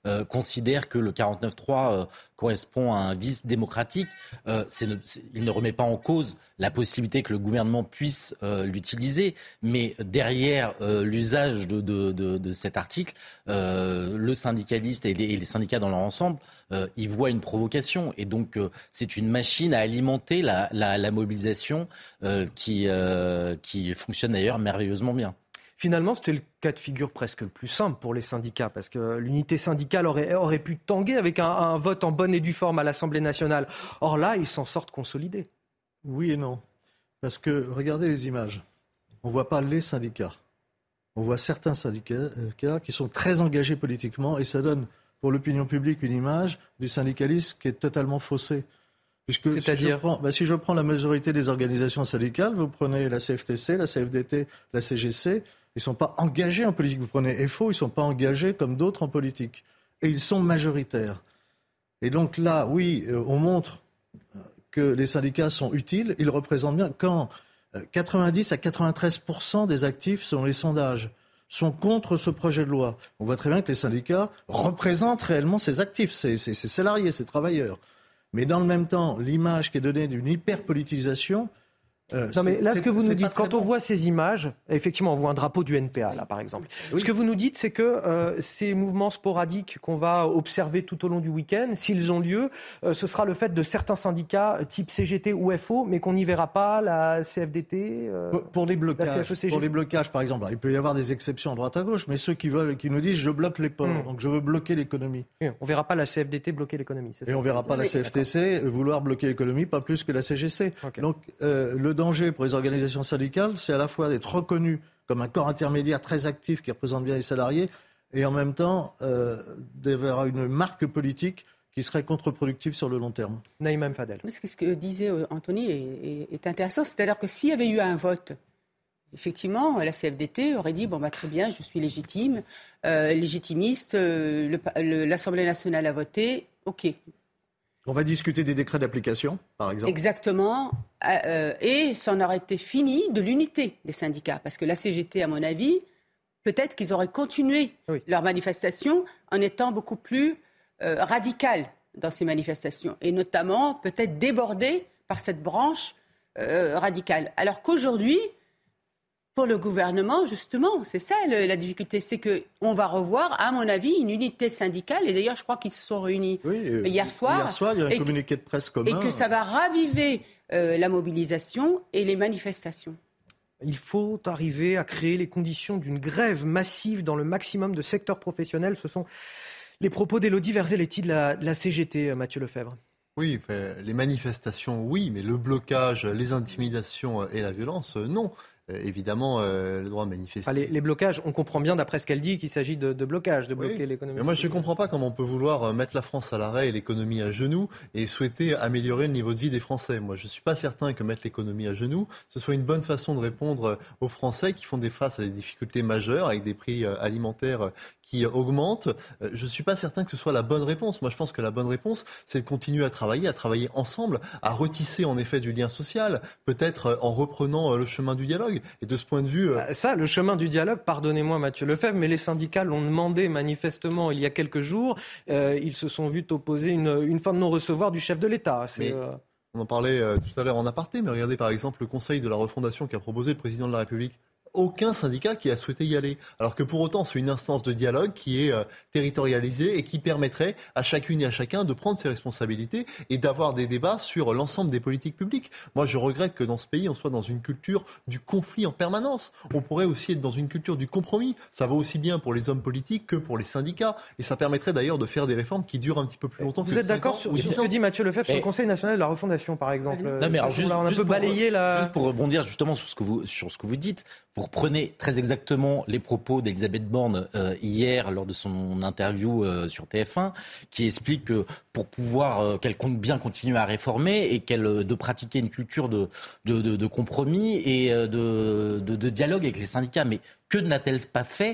euh, considère que le quarante-neuf trois euh, correspond à un vice démocratique, euh, c'est ne, c'est, il ne remet pas en cause la possibilité que le gouvernement puisse euh, l'utiliser, mais derrière euh, l'usage de, de, de, de cet article, euh, le syndicaliste et les, et les syndicats dans leur ensemble, euh, ils voient une provocation. Et donc, euh, c'est une machine à alimenter la, la, la mobilisation euh, qui, euh, qui fonctionne d'ailleurs merveilleusement bien. Finalement, c'était le cas de figure presque le plus simple pour les syndicats, parce que l'unité syndicale aurait, aurait pu tanguer avec un, un vote en bonne et due forme à l'Assemblée nationale. Or là, ils s'en sortent consolidés. Oui et non. Parce que, regardez les images. On ne voit pas les syndicats. On voit certains syndicats qui sont très engagés politiquement, et ça donne pour l'opinion publique une image du syndicalisme qui est totalement faussée. Puisque C'est-à-dire si je, prends, bah si je prends la majorité des organisations syndicales, vous prenez la C F T C, la C F D T, la C G C, ils ne sont pas engagés en politique. Vous prenez F O, ils ne sont pas engagés comme d'autres en politique. Et ils sont majoritaires. Et donc là, oui, on montre que les syndicats sont utiles. Ils représentent bien. Quand quatre-vingt-dix à quatre-vingt-treize pour cent des actifs, selon les sondages, sont contre ce projet de loi, on voit très bien que les syndicats représentent réellement ces actifs, ces, ces, ces salariés, ces travailleurs. Mais dans le même temps, l'image qui est donnée d'une hyper-politisation... Euh, non mais là, ce que vous nous dites, quand on voit ces images, effectivement, on voit un drapeau du N P A, là, par exemple. Oui. Ce que vous nous dites, c'est que euh, ces mouvements sporadiques qu'on va observer tout au long du week-end, s'ils ont lieu, euh, ce sera le fait de certains syndicats type C G T ou F O, mais qu'on n'y verra pas la C F D T, euh, pour, pour les blocages, la C F E C G. Pour les blocages, par exemple, il peut y avoir des exceptions à droite à gauche, mais ceux qui veulent, qui nous disent, je bloque les ports, mmh. donc je veux bloquer l'économie. Oui, on verra pas la C F D T bloquer l'économie. C'est ça. Et on verra pas la C F T C vouloir bloquer l'économie, pas plus que la C G C. Okay. Donc euh, le danger pour les organisations syndicales, c'est à la fois d'être reconnu comme un corps intermédiaire très actif qui représente bien les salariés, et en même temps euh, d'avoir une marque politique qui serait contre-productive sur le long terme. Naïma M. Fadel. Ce que disait Anthony est, est, est intéressant, c'est-à-dire que s'il y avait eu un vote, effectivement, la C F D T aurait dit, bon, bah, très bien, je suis légitime, euh, légitimiste, euh, le, le, l'Assemblée nationale a voté, ok. On va discuter des décrets d'application, par exemple. Exactement. Euh, et ça en aurait été fini de l'unité des syndicats. Parce que la C G T, à mon avis, peut-être qu'ils auraient continué oui. leur manifestation en étant beaucoup plus euh, radicales dans ces manifestations. Et notamment, peut-être débordés par cette branche euh, radicale. Alors qu'aujourd'hui, pour le gouvernement, justement, c'est ça le, la difficulté, c'est qu'on va revoir, à mon avis, une unité syndicale. Et d'ailleurs, je crois qu'ils se sont réunis oui, euh, hier soir. Hier soir, il y a un communiqué de presse commun. Et que ça va raviver euh, la mobilisation et les manifestations. Il faut arriver à créer les conditions d'une grève massive dans le maximum de secteurs professionnels. Ce sont les propos d'Élodie Verzelletti de la, de la C G T, Mathieu Lefebvre. Oui, les manifestations, oui, mais le blocage, les intimidations et la violence, non. Euh, évidemment, euh, le droit à manifester. Ah, les, les blocages, on comprend bien d'après ce qu'elle dit qu'il s'agit de, de blocage, de bloquer oui. l'économie. Mais moi, je ne comprends pas comment on peut vouloir mettre la France à l'arrêt et l'économie à genoux et souhaiter améliorer le niveau de vie des Français. Moi, je ne suis pas certain que mettre l'économie à genoux, ce soit une bonne façon de répondre aux Français qui font des face à des difficultés majeures avec des prix alimentaires qui augmentent. Je ne suis pas certain que ce soit la bonne réponse. Moi, je pense que la bonne réponse, c'est de continuer à travailler, à travailler ensemble, à retisser en effet du lien social, peut-être en reprenant le chemin du dialogue. Et de ce point de vue... Euh... Ça, le chemin du dialogue, pardonnez-moi Mathieu Lefebvre, mais les syndicats l'ont demandé manifestement il y a quelques jours. Euh, ils se sont vus opposer une, une fin de non-recevoir du chef de l'État. C'est, mais, euh... On en parlait euh, tout à l'heure en aparté, mais regardez par exemple le conseil de la refondation qu'a proposé le président de la République. Aucun syndicat qui a souhaité y aller. Alors que pour autant, c'est une instance de dialogue qui est euh, territorialisée et qui permettrait à chacune et à chacun de prendre ses responsabilités et d'avoir des débats sur l'ensemble des politiques publiques. Moi, je regrette que dans ce pays, on soit dans une culture du conflit en permanence. On pourrait aussi être dans une culture du compromis. Ça va aussi bien pour les hommes politiques que pour les syndicats. Et ça permettrait d'ailleurs de faire des réformes qui durent un petit peu plus longtemps. Vous êtes d'accord sur ce que dit Mathieu Lefebvre sur le Conseil national de la refondation, par exemple? Non, mais alors, juste, là, on a juste un peu pour, balayé la... Juste pour rebondir justement sur ce que vous, sur ce que vous dites, vous reprenez très exactement les propos d'Elisabeth Borne euh, hier lors de son interview euh, sur T F un, qui explique que pour pouvoir, euh, qu'elle compte bien continuer à réformer et qu'elle euh, de pratiquer une culture de, de, de, de compromis et euh, de, de, de dialogue avec les syndicats. Mais que n'a-t-elle pas fait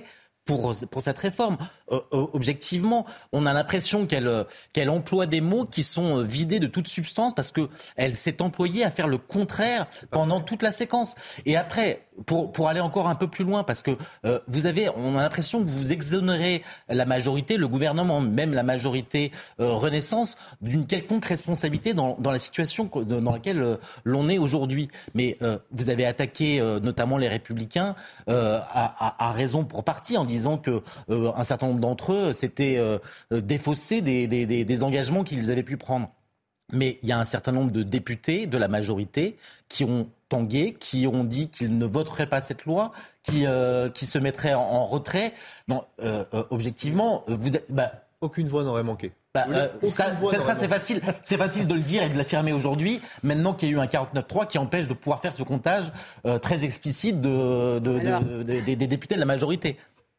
pour, pour cette réforme. Euh, objectivement, on a l'impression qu'elle, qu'elle emploie des mots qui sont vidés de toute substance parce qu'elle s'est employée à faire le contraire pendant toute la séquence. Et après, pour, pour aller encore un peu plus loin, parce que euh, vous avez, on a l'impression que vous exonérez la majorité, le gouvernement, même la majorité euh, Renaissance, d'une quelconque responsabilité dans, dans la situation dans laquelle euh, l'on est aujourd'hui. Mais euh, vous avez attaqué euh, notamment les Républicains euh, à, à, à raison pour partie en disant que euh, un certain nombre d'entre eux s'étaient euh, défaussés des, des, des, des engagements qu'ils avaient pu prendre. Mais il y a un certain nombre de députés de la majorité qui ont tangué, qui ont dit qu'ils ne voteraient pas cette loi, qui, euh, qui se mettraient en, en retrait. Non, euh, euh, objectivement, vous, bah, aucune voix n'aurait manqué. Bah, euh, ça, ça, ça c'est facile, c'est facile de le dire et de l'affirmer aujourd'hui. Maintenant qu'il y a eu un quarante-neuf trois qui empêche de pouvoir faire ce comptage euh, très explicite de, de, Alors, de, de, de, des députés de la majorité.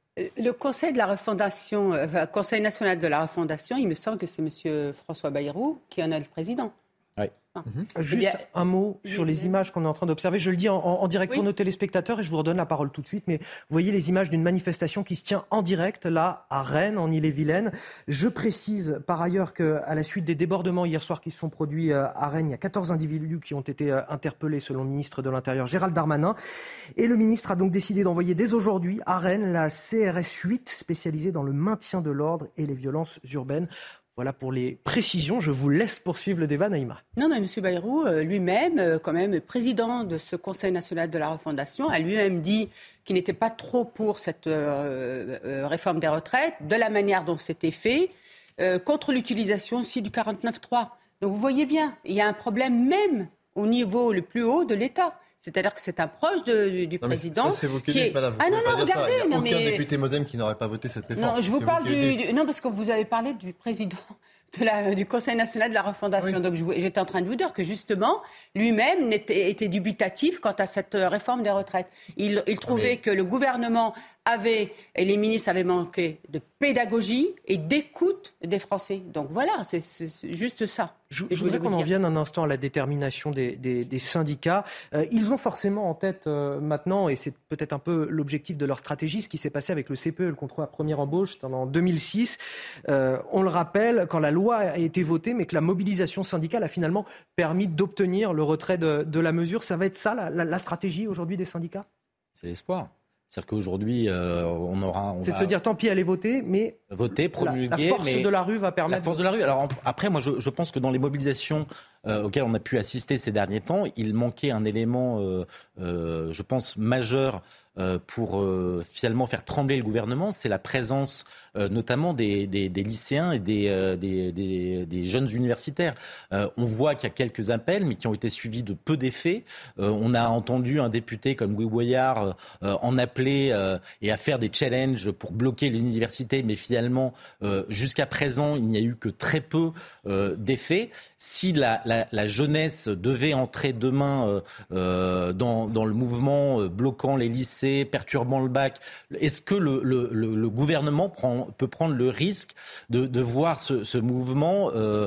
Le Conseil de la refondation, euh, Conseil national de la refondation, il me semble que c'est M. François Bayrou qui en est le président. Oui. Ah. Mmh. Juste bien, un mot sur les images qu'on est en train d'observer. Je le dis en, en direct oui. pour nos téléspectateurs et je vous redonne la parole tout de suite. Mais vous voyez les images d'une manifestation qui se tient en direct là à Rennes, en Ille-et-Vilaine. Je précise par ailleurs qu'à la suite des débordements hier soir qui se sont produits à Rennes, il y a quatorze individus qui ont été interpellés selon le ministre de l'Intérieur Gérald Darmanin. Et le ministre a donc décidé d'envoyer dès aujourd'hui à Rennes la C R S huit spécialisée dans le maintien de l'ordre et les violences urbaines. Voilà pour les précisions. Je vous laisse poursuivre le débat, Naïma. Non, mais M. Bayrou, euh, lui-même, euh, quand même, président de ce Conseil national de la refondation, a lui-même dit qu'il n'était pas trop pour cette euh, euh, réforme des retraites, de la manière dont c'était fait, euh, contre l'utilisation aussi du quarante-neuf trois. Donc vous voyez bien, il y a un problème même au niveau le plus haut de l'État. C'est-à-dire que c'est un proche de, du, du non, président. Ça, c'est vous qui dites, madame. Vous ah non, non, regardez. Il n'y a non, aucun mais... député modem qui n'aurait pas voté cette réforme. Non, je vous c'est parle vous du, du... Non, parce que vous avez parlé du président de la, du Conseil national de la refondation. Oui. Donc je, j'étais en train de vous dire que justement, lui-même était, était dubitatif quant à cette réforme des retraites. Il, il trouvait mais... que le gouvernement avait, et les ministres avaient manqué de pédagogie et d'écoute des Français. Donc voilà, c'est, c'est, c'est juste ça. Je, je voudrais qu'on en vienne un instant à la détermination des, des, des syndicats. Euh, ils ont forcément en tête euh, maintenant, et c'est peut-être un peu l'objectif de leur stratégie, ce qui s'est passé avec le C P E, le contrôle à première embauche, en deux mille six. Euh, on le rappelle, quand la loi a été votée, mais que la mobilisation syndicale a finalement permis d'obtenir le retrait de, de la mesure. Ça va être ça, la, la, la stratégie aujourd'hui des syndicats ? C'est l'espoir. C'est-à-dire qu'aujourd'hui, euh, on aura... On c'est va... de se dire, tant pis, allez voter, mais... Voter, promulguer... La, la force mais de la rue va permettre... La force de la rue. Alors après, moi, je, je pense que dans les mobilisations euh, auxquelles on a pu assister ces derniers temps, il manquait un élément, euh, euh, je pense, majeur euh, pour euh, finalement faire trembler le gouvernement, c'est la présence euh, notamment des, des, des lycéens et des, euh, des, des, des jeunes universitaires. Euh, on voit qu'il y a quelques appels, mais qui ont été suivis de peu d'effets. Euh, on a entendu un député comme Louis Boyard euh, en appeler euh, et à faire des challenges pour bloquer l'université, mais finalement, euh, jusqu'à présent, il n'y a eu que très peu euh, d'effets. Si la, la, la jeunesse devait entrer demain euh, euh, dans, dans le mouvement euh, bloquant les lycées, perturbant le bac, est-ce que le, le, le, le gouvernement prend, peut prendre le risque de, de voir ce, ce mouvement euh,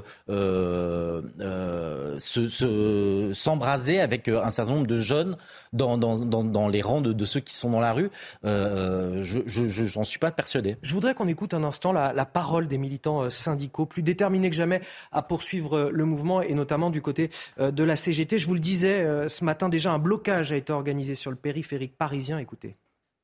euh, euh, se, se, s'embraser avec un certain nombre de jeunes dans, dans, dans, dans les rangs de, de ceux qui sont dans la rue? euh, Je, je, je j'en suis pas persuadé. Je voudrais qu'on écoute un instant la, la parole des militants syndicaux, plus déterminés que jamais à poursuivre le mouvement, et notamment du côté de la C G T. Je vous le disais ce matin déjà, un blocage a été organisé sur le périphérique parisien. Écoutez.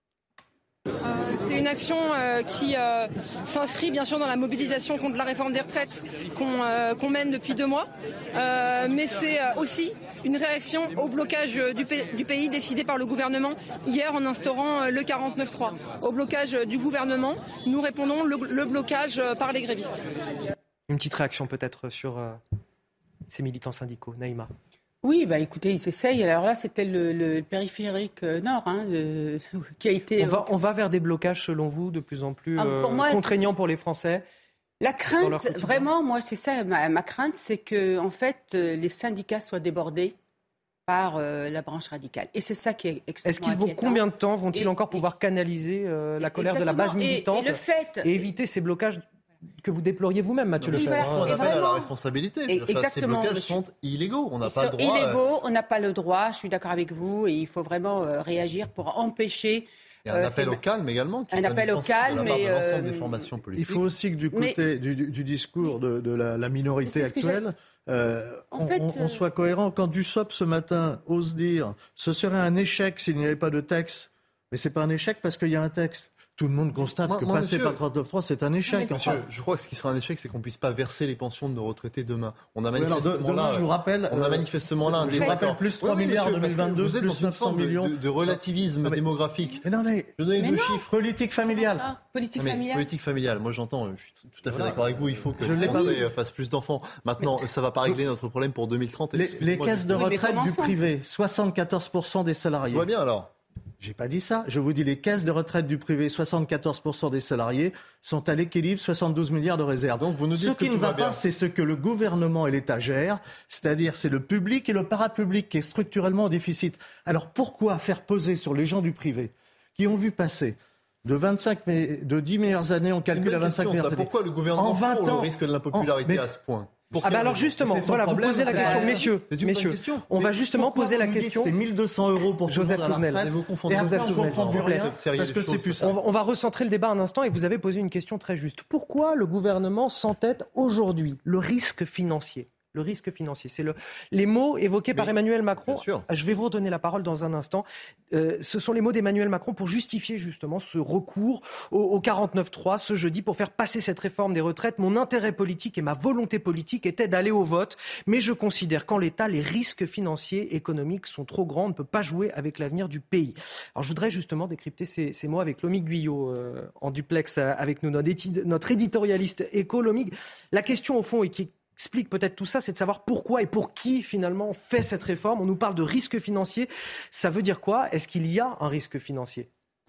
Euh, c'est une action euh, qui euh, s'inscrit bien sûr dans la mobilisation contre la réforme des retraites qu'on, euh, qu'on mène depuis deux mois, euh, mais c'est euh, aussi une réaction au blocage du, pa- du pays décidé par le gouvernement hier en instaurant euh, le quarante-neuf trois. Au blocage du gouvernement, nous répondons le, le blocage euh, par les grévistes. Une petite réaction peut-être sur euh, ces militants syndicaux, Naïma. Oui, bah écoutez, ils essayent. Alors là, c'était le, le périphérique nord hein, le, qui a été... On va, on va vers des blocages, selon vous, de plus en plus euh, pour moi, contraignants pour les Français. La crainte, vraiment, moi, c'est ça. Ma, ma crainte, c'est que, en fait, les syndicats soient débordés par euh, la branche radicale. Et c'est ça qui est extrêmement Est-ce qu'ils vont inquiétant. Combien de temps vont-ils et, encore pouvoir canaliser euh, la colère de la base militante et, et, le fait, et éviter ces blocages que vous déploriez vous-même, Mathieu Lefebvre? On appelle à la responsabilité. Et, exactement. Ces blocages sont illégaux. On n'a Ils pas le droit. Illégaux, on n'a pas le droit. Je suis d'accord avec vous. Et il faut vraiment euh, réagir pour empêcher Et un euh, appel au calme également. Qui un appel au calme. Mais de l'ensemble des formations politiques. Il faut aussi que du côté mais... du, du discours de, de la, la minorité actuelle, euh, on, fait, on, on soit cohérent. Quand Dussopt ce matin ose dire ce serait un échec s'il n'y avait pas de texte, mais c'est pas un échec parce qu'il y a un texte. Tout le monde constate moi, que moi, passer monsieur, par le trente-neuf trois, c'est un échec. Mais, monsieur, enfin. Je crois que ce qui sera un échec, c'est qu'on ne puisse pas verser les pensions de nos retraités demain. On a manifestement oui, alors, là, je vous rappelle, on a manifestement là un je vous rappelle plus trois oui, milliards en deux mille vingt-deux, vous êtes plus neuf cents millions de, de relativisme non, mais, démographique. Mais non, mais, je donne deux non. chiffres. Politique familiale. Ah, politique mais, familiale. Politique familiale. Moi, j'entends. Je suis tout à fait voilà. d'accord avec vous. Il faut que je les Français fassent plus d'enfants. Maintenant, mais, ça ne va pas régler notre problème pour deux mille trente. Les, les caisses de retraite du privé, soixante-quatorze pour cent des salariés. Je vois bien alors. J'ai pas dit ça. Je vous dis les caisses de retraite du privé, soixante-quatorze pour cent des salariés sont à l'équilibre, soixante-douze milliards de réserves. Donc vous nous dites ce que qui tout ne va va bien. pas, c'est ce que le gouvernement et l'État gèrent, c'est-à-dire c'est le public et le parapublic qui est structurellement en déficit. Alors pourquoi faire peser sur les gens du privé qui ont vu passer de vingt-cinq, de dix meilleures années, on calcule à vingt-cinq meilleures années. Pourquoi le gouvernement prend le risque de l'impopularité en, mais, à ce point? Pour ah bah alors justement, voilà, vous posez la question, messieurs, messieurs, question. on va justement poser la question. C'est mille deux cents euros pour Joseph Tournel. Et vous confondez. Joseph Tournel, parce que c'est plus ça. On va recentrer le débat un instant et vous avez posé une question très juste. Pourquoi le gouvernement s'entête aujourd'hui le risque financier? Le risque financier, c'est le, les mots évoqués par Emmanuel Macron. Je vais vous redonner la parole dans un instant. Euh, ce sont les mots d'Emmanuel Macron pour justifier justement ce recours au, au quarante-neuf trois ce jeudi pour faire passer cette réforme des retraites. Mon intérêt politique et ma volonté politique étaient d'aller au vote, mais je considère qu'en l'état, les risques financiers, économiques sont trop grands. On ne peut pas jouer avec l'avenir du pays. Alors je voudrais justement décrypter ces, ces mots avec Lomig Guyot euh, en duplex avec nous, notre, édi- notre éditorialiste éco. Lomig, la question au fond et qui explique peut-être tout ça, c'est de savoir pourquoi et pour qui finalement on fait cette réforme. On nous parle de risque financier. Ça veut dire quoi? Est-ce qu'il y a un risque financier?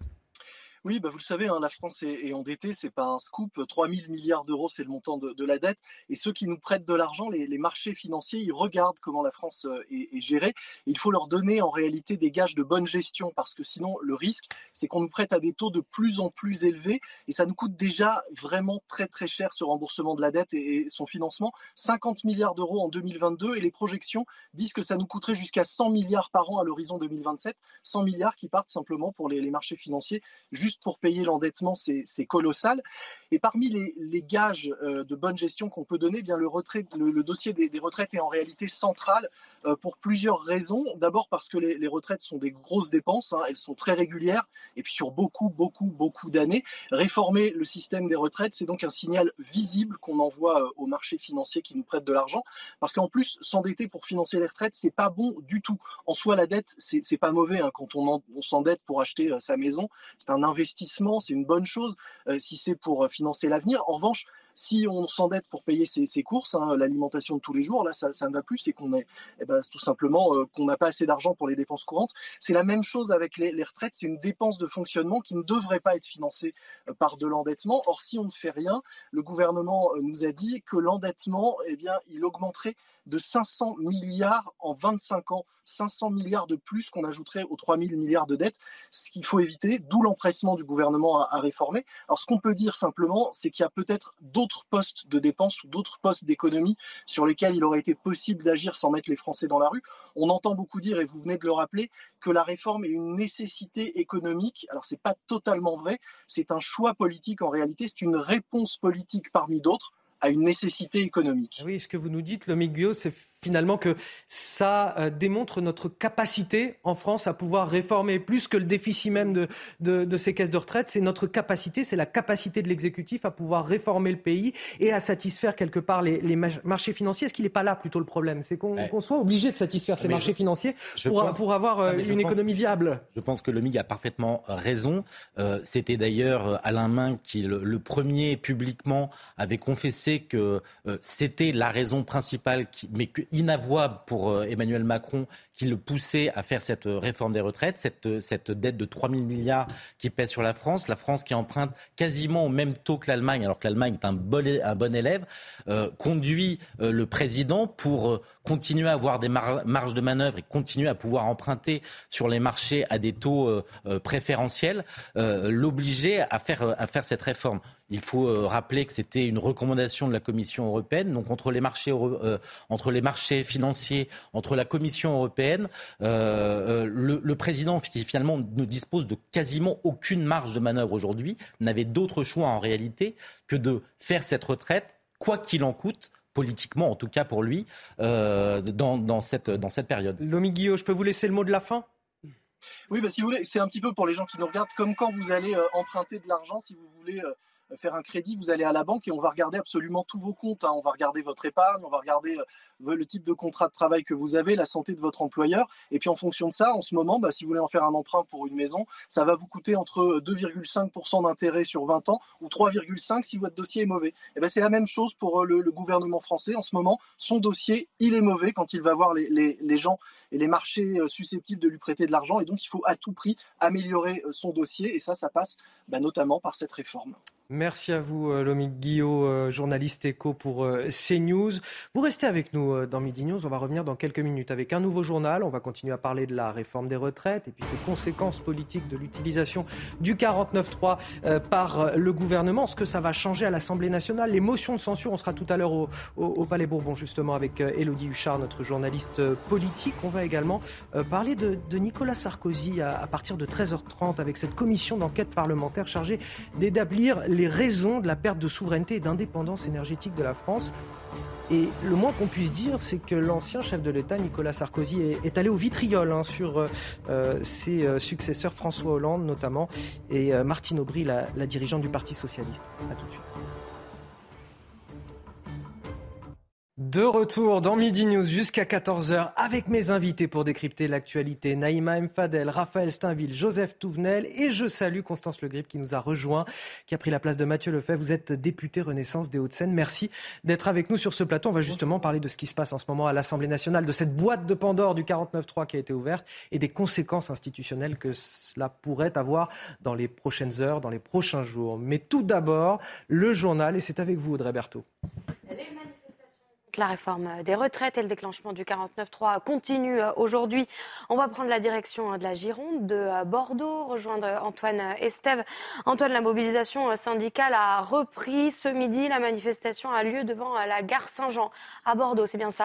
Oui, bah vous le savez, hein, la France est, est endettée, c'est pas un scoop. trois mille milliards d'euros, c'est le montant de, de la dette. Et ceux qui nous prêtent de l'argent, les, les marchés financiers, ils regardent comment la France est, est gérée. Il faut leur donner en réalité des gages de bonne gestion, parce que sinon, le risque, c'est qu'on nous prête à des taux de plus en plus élevés. Et ça nous coûte déjà vraiment très très cher ce remboursement de la dette et, et son financement. cinquante milliards d'euros en deux mille vingt-deux, et les projections disent que ça nous coûterait jusqu'à cent milliards par an à l'horizon deux mille vingt-sept. cent milliards qui partent simplement pour les, les marchés financiers, juste pour payer l'endettement, c'est, c'est colossal. Et parmi les, les gages euh, de bonne gestion qu'on peut donner, eh bien le, retrait, le, le dossier des, des retraites est en réalité central euh, pour plusieurs raisons. D'abord parce que les, les retraites sont des grosses dépenses, hein, elles sont très régulières, et puis sur beaucoup, beaucoup, beaucoup d'années. Réformer le système des retraites, c'est donc un signal visible qu'on envoie euh, aux marchés financiers qui nous prêtent de l'argent, parce qu'en plus, s'endetter pour financer les retraites, c'est pas bon du tout. En soi, la dette, c'est, c'est pas mauvais, hein, quand on, en, on s'endette pour acheter euh, sa maison, c'est un investissement, c'est une bonne chose euh, si c'est pour financer l'avenir. En revanche, si on s'endette pour payer ses, ses courses, hein, l'alimentation de tous les jours, là, ça, ça ne va plus. C'est qu'on est, eh ben, tout simplement euh, qu'on n'a pas assez d'argent pour les dépenses courantes. C'est la même chose avec les, les retraites. C'est une dépense de fonctionnement qui ne devrait pas être financée euh, par de l'endettement. Or, si on ne fait rien, le gouvernement euh, nous a dit que l'endettement, eh bien, il augmenterait de cinq cents milliards en vingt-cinq ans. cinq cents milliards de plus qu'on ajouterait aux trois mille milliards de dettes. Ce qu'il faut éviter, d'où l'empressement du gouvernement à, à réformer. Alors, ce qu'on peut dire simplement, c'est qu'il y a peut-être d'autres postes de dépenses ou d'autres postes d'économie sur lesquels il aurait été possible d'agir sans mettre les Français dans la rue. On entend beaucoup dire, et vous venez de le rappeler, que la réforme est une nécessité économique. Alors, c'est pas totalement vrai. C'est un choix politique en réalité. C'est une réponse politique parmi d'autres à une nécessité économique. Oui, ce que vous nous dites, Lomig Guyot, c'est finalement que ça euh, démontre notre capacité en France à pouvoir réformer plus que le déficit même de, de, de ces caisses de retraite. C'est notre capacité, c'est la capacité de l'exécutif à pouvoir réformer le pays et à satisfaire quelque part les, les marchés financiers. Est-ce qu'il n'est pas là plutôt le problème? C'est qu'on, ouais. qu'on soit obligé de satisfaire ces mais marchés je, financiers je pour, pense, pour avoir euh, une pense, économie viable. Je pense que Lomig a parfaitement raison. Euh, c'était d'ailleurs Alain Minc qui, le, le premier publiquement, avait confessé que euh, c'était la raison principale, qui, mais que, inavouable pour euh, Emmanuel Macron, qui le poussait à faire cette euh, réforme des retraites, cette, cette dette de trois mille milliards qui pèse sur la France, la France qui emprunte quasiment au même taux que l'Allemagne, alors que l'Allemagne est un bon, un bon élève, euh, conduit euh, le président pour euh, continuer à avoir des mar- marges de manœuvre et continuer à pouvoir emprunter sur les marchés à des taux euh, euh, préférentiels, euh, l'obliger à faire, à faire cette réforme. Il faut euh, rappeler que c'était une recommandation de la Commission européenne. Donc entre les marchés, euh, entre les marchés financiers, entre la Commission européenne, euh, euh, le, le président qui finalement ne dispose de quasiment aucune marge de manœuvre aujourd'hui n'avait d'autre choix en réalité que de faire cette retraite, quoi qu'il en coûte, politiquement en tout cas pour lui, euh, dans, dans, cette, dans cette période. Lomi Guillot, je peux vous laisser le mot de la fin ? Oui, bah, si vous voulez, c'est un petit peu pour les gens qui nous regardent, comme quand vous allez euh, emprunter de l'argent, si vous voulez euh, faire un crédit, vous allez à la banque et on va regarder absolument tous vos comptes. Hein. On va regarder votre épargne, on va regarder euh, le type de contrat de travail que vous avez, la santé de votre employeur. Et puis en fonction de ça, en ce moment, bah, si vous voulez en faire un emprunt pour une maison, ça va vous coûter entre deux virgule cinq pour cent d'intérêt sur vingt ans ou trois virgule cinq pour cent si votre dossier est mauvais. Et ben, c'est la même chose pour euh, le, le gouvernement français. En ce moment, son dossier, il est mauvais quand il va voir les, les, les gens et les marchés euh, susceptibles de lui prêter de l'argent. Et donc, il faut à tout prix améliorer euh, son dossier. Et ça, ça passe bah, notamment par cette réforme. Merci à vous, Lomi Guillot, journaliste éco pour CNews. Vous restez avec nous dans Midi News. On va revenir dans quelques minutes avec un nouveau journal. On va continuer à parler de la réforme des retraites et puis ses conséquences politiques de l'utilisation du quarante-neuf trois par le gouvernement. Ce que ça va changer à l'Assemblée nationale. Les motions de censure, on sera tout à l'heure au, au, au Palais Bourbon, justement, avec Élodie Huchard, notre journaliste politique. On va également parler de, de Nicolas Sarkozy à, à partir de treize heures trente avec cette commission d'enquête parlementaire chargée d'établir les les raisons de la perte de souveraineté et d'indépendance énergétique de la France. Et le moins qu'on puisse dire, c'est que l'ancien chef de l'État, Nicolas Sarkozy, est, est allé au vitriol hein, sur euh, ses euh, successeurs, François Hollande notamment, et euh, Martine Aubry, la, la dirigeante du Parti socialiste. A tout de suite. De retour dans Midi News jusqu'à quatorze heures avec mes invités pour décrypter l'actualité. Naïma M. Fadel, Raphaël Steinville, Joseph Touvenel et je salue Constance Le Grip qui nous a rejoint, qui a pris la place de Mathieu Lefebvre. Vous êtes député Renaissance des Hauts-de-Seine. Merci d'être avec nous sur ce plateau. On va justement parler de ce qui se passe en ce moment à l'Assemblée nationale, de cette boîte de Pandore du quarante-neuf trois qui a été ouverte et des conséquences institutionnelles que cela pourrait avoir dans les prochaines heures, dans les prochains jours. Mais tout d'abord, le journal et c'est avec vous Audrey Berthaud. La réforme des retraites et le déclenchement du quarante-neuf trois continue aujourd'hui. On va prendre la direction de la Gironde, de Bordeaux, rejoindre Antoine Estève. Antoine, la mobilisation syndicale a repris ce midi. La manifestation a lieu devant la gare Saint-Jean à Bordeaux, c'est bien ça ?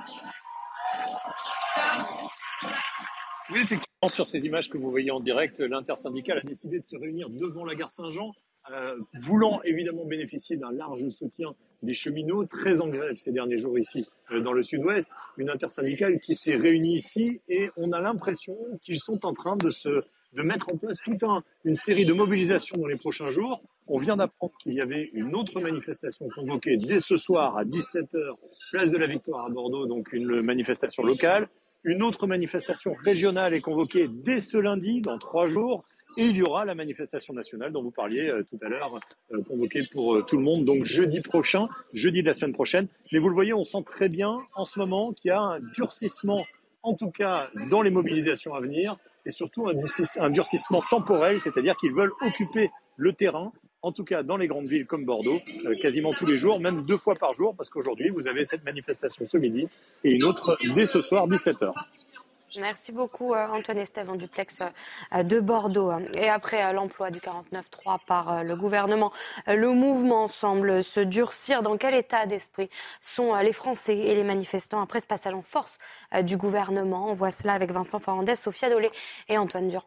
Oui, effectivement, sur ces images que vous voyez en direct, l'intersyndicale a décidé de se réunir devant la gare Saint-Jean, euh, voulant évidemment bénéficier d'un large soutien des cheminots, très en grève ces derniers jours ici euh, dans le sud-ouest. Une intersyndicale qui s'est réunie ici et on a l'impression qu'ils sont en train de, se, de mettre en place toute un, une série de mobilisations dans les prochains jours. On vient d'apprendre qu'il y avait une autre manifestation convoquée dès ce soir à dix-sept heures, place de la Victoire à Bordeaux, donc une manifestation locale. Une autre manifestation régionale est convoquée dès ce lundi, dans trois jours. Et il y aura la manifestation nationale dont vous parliez euh, tout à l'heure, euh, convoquée pour euh, tout le monde, donc jeudi prochain, jeudi de la semaine prochaine. Mais vous le voyez, on sent très bien en ce moment qu'il y a un durcissement, en tout cas dans les mobilisations à venir, et surtout un, un durcissement temporel, c'est-à-dire qu'ils veulent occuper le terrain, en tout cas dans les grandes villes comme Bordeaux, euh, quasiment tous les jours, même deux fois par jour, parce qu'aujourd'hui, vous avez cette manifestation ce midi et une autre dès ce soir, dix-sept heures. Merci beaucoup Antoine Estève en duplex de Bordeaux. Et après l'emploi du quarante-neuf trois par le gouvernement, le mouvement semble se durcir. Dans quel état d'esprit sont les Français et les manifestants après ce passage en force du gouvernement? On voit cela avec Vincent Farandès, Sophia Dolé et Antoine Durand.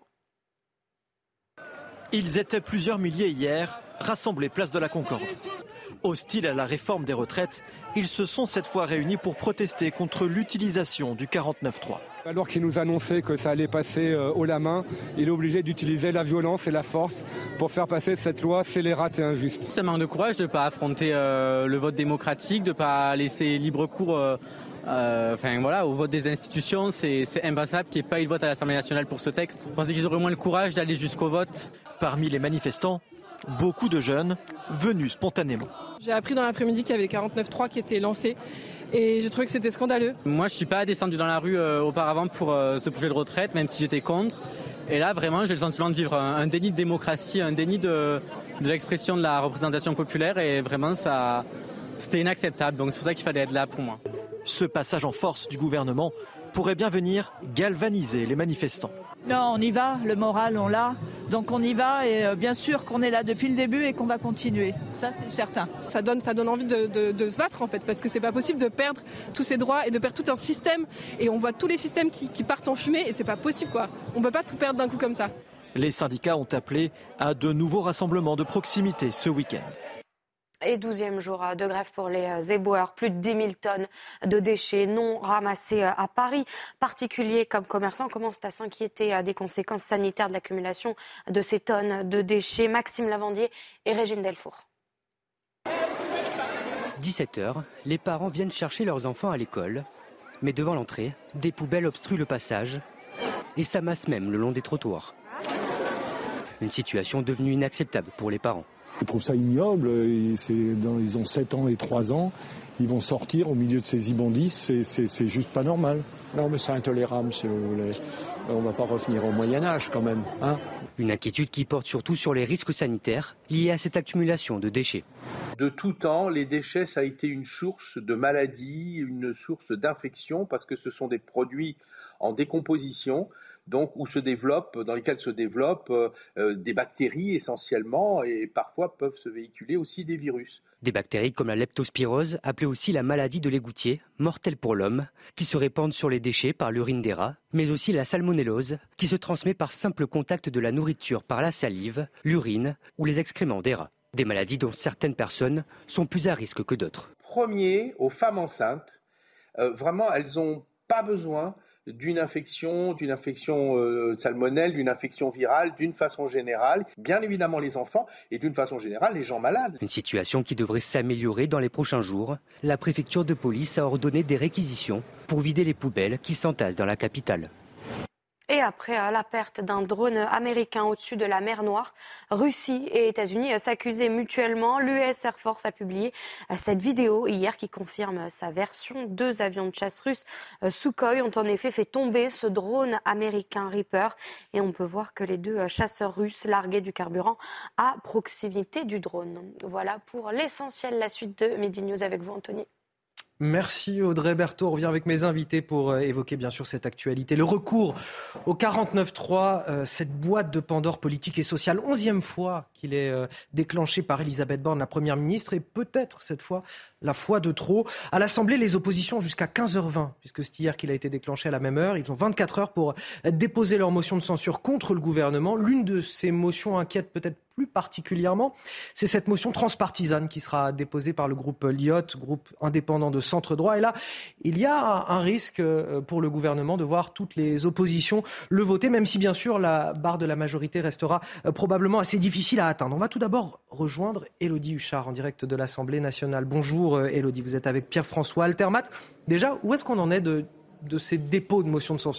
Ils étaient plusieurs milliers hier, rassemblés place de la Concorde. Hostiles à la réforme des retraites, ils se sont cette fois réunis pour protester contre l'utilisation du quarante-neuf trois. Alors qu'il nous annonçait que ça allait passer euh, haut la main, il est obligé d'utiliser la violence et la force pour faire passer cette loi scélérate et injuste. Ça manque de courage de ne pas affronter euh, le vote démocratique, de ne pas laisser libre cours euh, euh, enfin, voilà, au vote des institutions. C'est, c'est impassable qu'il n'y ait pas eu de vote à l'Assemblée nationale pour ce texte. Je pensais qu'ils auraient moins le courage d'aller jusqu'au vote. Parmi les manifestants, beaucoup de jeunes venus spontanément. J'ai appris dans l'après-midi qu'il y avait le quarante-neuf trois qui était lancé et j'ai trouvé que c'était scandaleux. Moi, je ne suis pas descendu dans la rue euh, auparavant pour euh, ce projet de retraite, même si j'étais contre. Et là, vraiment, j'ai le sentiment de vivre un, un déni de démocratie, un déni de, de l'expression de la représentation populaire et vraiment, ça, c'était inacceptable. Donc c'est pour ça qu'il fallait être là pour moi. Ce passage en force du gouvernement pourrait bien venir galvaniser les manifestants. Non, on y va, le moral, on l'a. Donc on y va et euh, bien sûr qu'on est là depuis le début et qu'on va continuer. Ça, c'est certain. Ça donne, ça donne envie de, de, de se battre en fait, parce que c'est pas possible de perdre tous ces droits et de perdre tout un système. Et on voit tous les systèmes qui, qui partent en fumée et c'est pas possible quoi. On peut pas tout perdre d'un coup comme ça. Les syndicats ont appelé à de nouveaux rassemblements de proximité ce week-end. Et douzième jour de grève pour les éboueurs. Plus de dix mille tonnes de déchets non ramassés à Paris. Particuliers comme commerçants commencent à s'inquiéter des conséquences sanitaires de l'accumulation de ces tonnes de déchets. Maxime Lavandier et Régine Delfour. dix-sept heures, les parents viennent chercher leurs enfants à l'école. Mais devant l'entrée, des poubelles obstruent le passage et s'amassent même le long des trottoirs. Une situation devenue inacceptable pour les parents. Ils trouvent ça ignoble, c'est dans, ils ont sept ans et trois ans, ils vont sortir au milieu de ces immondices, c'est, c'est, c'est juste pas normal. Non mais c'est intolérable si vous voulez, on va pas revenir au Moyen-Âge quand même. Hein. Une inquiétude qui porte surtout sur les risques sanitaires liés à cette accumulation de déchets. De tout temps, les déchets, ça a été une source de maladie, une source d'infection, parce que ce sont des produits en décomposition, donc où se développent, dans lesquels se développent euh, des bactéries essentiellement, et parfois peuvent se véhiculer aussi des virus. Des bactéries comme la leptospirose, appelée aussi la maladie de l'égoutier, mortelle pour l'homme, qui se répandent sur les déchets par l'urine des rats, mais aussi la salmonellose, qui se transmet par simple contact de la nourriture par la salive, l'urine ou les excréments des rats. Des maladies dont certaines personnes sont plus à risque que d'autres. Premier, aux femmes enceintes, euh, vraiment elles n'ont pas besoin d'une infection, d'une infection euh, salmonelle, d'une infection virale, d'une façon générale. Bien évidemment les enfants et d'une façon générale les gens malades. Une situation qui devrait s'améliorer dans les prochains jours. La préfecture de police a ordonné des réquisitions pour vider les poubelles qui s'entassent dans la capitale. Et après la perte d'un drone américain au-dessus de la mer Noire, Russie et États-Unis s'accusaient mutuellement. L'U S Air Force a publié cette vidéo hier qui confirme sa version. Deux avions de chasse russes Sukhoi ont en effet fait tomber ce drone américain Reaper. Et on peut voir que les deux chasseurs russes larguaient du carburant à proximité du drone. Voilà pour l'essentiel. La suite de Midi News avec vous, Anthony. Merci Audrey Berthaud. On revient avec mes invités pour évoquer bien sûr cette actualité. Le recours au quarante-neuf trois, euh, cette boîte de Pandore politique et sociale, onzième fois qu'il est euh, déclenché par Elisabeth Borne, la Première ministre, et peut-être cette fois la fois de trop. À l'Assemblée, les oppositions jusqu'à quinze heures vingt, puisque c'est hier qu'il a été déclenché à la même heure. Ils ont vingt-quatre heures pour déposer leur motion de censure contre le gouvernement. L'une de ces motions inquiète peut-être plus particulièrement, c'est cette motion transpartisane qui sera déposée par le groupe L I O T, groupe indépendant de centre droit. Et là, il y a un risque pour le gouvernement de voir toutes les oppositions le voter, même si bien sûr la barre de la majorité restera probablement assez difficile à atteindre. On va tout d'abord rejoindre Élodie Huchard en direct de l'Assemblée nationale. Bonjour Élodie, vous êtes avec Pierre-François Altermat. Déjà, où est-ce qu'on en est de, de ces dépôts de motions de censure ?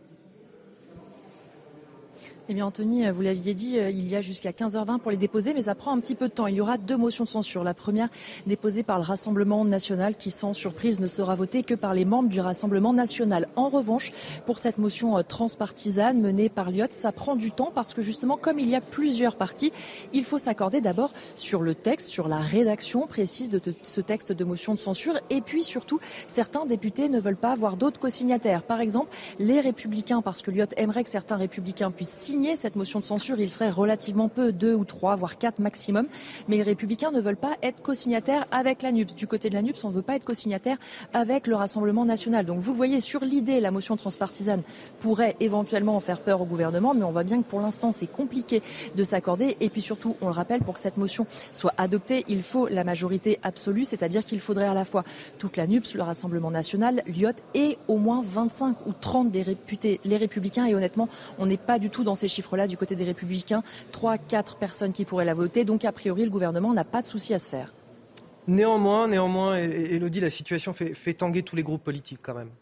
Eh bien Anthony, vous l'aviez dit, il y a jusqu'à quinze heures vingt pour les déposer, mais ça prend un petit peu de temps. Il y aura deux motions de censure. La première déposée par le Rassemblement national qui, sans surprise, ne sera votée que par les membres du Rassemblement national. En revanche, pour cette motion transpartisane menée par l'I O T, ça prend du temps parce que justement, comme il y a plusieurs partis, il faut s'accorder d'abord sur le texte, sur la rédaction précise de ce texte de motion de censure. Et puis surtout, certains députés ne veulent pas avoir d'autres co-signataires. Par exemple, les Républicains, parce que l'I O T aimerait que certains Républicains puissent signer cette motion de censure, il serait relativement peu, deux ou trois, voire quatre maximum. Mais les Républicains ne veulent pas être co-signataires avec la N U P S. Du côté de la N U P S, on ne veut pas être co-signataire avec le Rassemblement national. Donc vous le voyez, sur l'idée, la motion transpartisane pourrait éventuellement faire peur au gouvernement, mais on voit bien que pour l'instant, c'est compliqué de s'accorder. Et puis surtout, on le rappelle, pour que cette motion soit adoptée, il faut la majorité absolue, c'est-à-dire qu'il faudrait à la fois toute la N U P S, le Rassemblement national, l'I O T et au moins vingt-cinq ou trente des réputés, les Républicains. Et honnêtement, on n'est pas du tout dans ces chiffres-là du côté des Républicains. trois, quatre personnes qui pourraient la voter. Donc, a priori, le gouvernement n'a pas de souci à se faire. Néanmoins, néanmoins, Élodie, la situation fait, fait tanguer tous les groupes politiques quand même.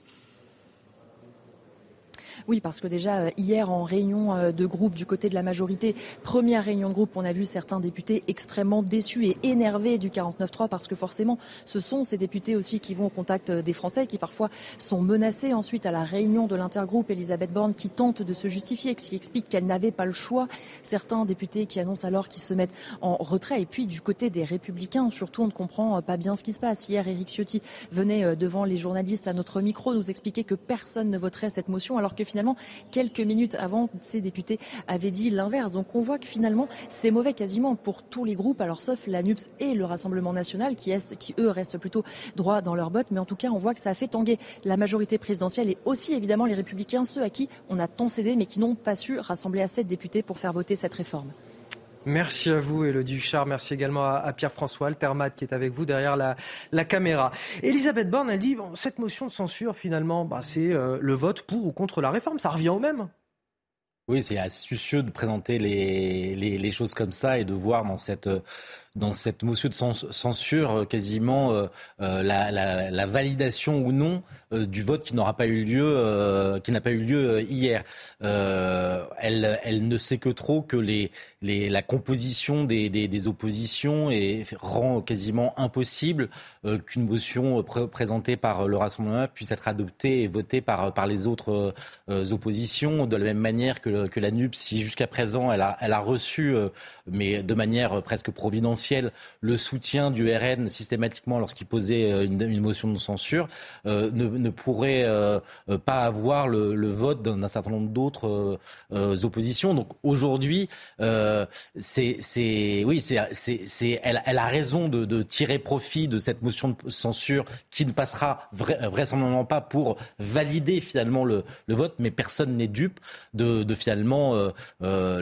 Oui, parce que déjà, hier, en réunion de groupe du côté de la majorité, première réunion de groupe, on a vu certains députés extrêmement déçus et énervés du quarante-neuf trois parce que forcément, ce sont ces députés aussi qui vont au contact des Français, qui parfois sont menacés. Ensuite, à la réunion de l'intergroupe, Elisabeth Borne qui tente de se justifier, qui explique qu'elle n'avait pas le choix. Certains députés qui annoncent alors qu'ils se mettent en retrait. Et puis, du côté des Républicains, surtout, on ne comprend pas bien ce qui se passe. Hier, Éric Ciotti venait devant les journalistes à notre micro nous expliquer que personne ne voterait cette motion, alors que finalement, finalement, quelques minutes avant, ces députés avaient dit l'inverse. Donc on voit que finalement, c'est mauvais quasiment pour tous les groupes, alors sauf la N U P S et le Rassemblement national qui, est, qui eux, restent plutôt droits dans leurs bottes. Mais en tout cas, on voit que ça a fait tanguer la majorité présidentielle et aussi évidemment les Républicains, ceux à qui on a tant cédé mais qui n'ont pas su rassembler assez de députés pour faire voter cette réforme. Merci à vous, Élodie Huchard. Merci également à, à Pierre-François Altermat qui est avec vous derrière la, la caméra. Elisabeth Borne a dit bon, cette motion de censure, finalement, bah, c'est euh, le vote pour ou contre la réforme. Ça revient au même. Oui, c'est astucieux de présenter les, les, les choses comme ça et de voir dans cette, dans cette motion de censure quasiment euh, la, la, la validation ou non euh, du vote qui n'aura pas eu lieu, euh, qui n'a pas eu lieu hier. Euh, elle, elle ne sait que trop que les, les, la composition des, des, des oppositions et rend quasiment impossible euh, qu'une motion pr- présentée par le Rassemblement puisse être adoptée et votée par, par les autres euh, oppositions, de la même manière que que la N U P, si jusqu'à présent elle a, elle a reçu, euh, mais de manière presque providentielle, le soutien du R N systématiquement lorsqu'il posait une, une motion de censure, euh, ne, ne pourrait euh, pas avoir le, le vote d'un certain nombre d'autres euh, oppositions. Donc aujourd'hui, euh, c'est, c'est, oui, c'est, c'est, c'est, elle, elle a raison de, de tirer profit de cette motion de censure qui ne passera vra- vraisemblablement pas pour valider finalement le, le vote, mais personne n'est dupe de, de finalement euh, euh,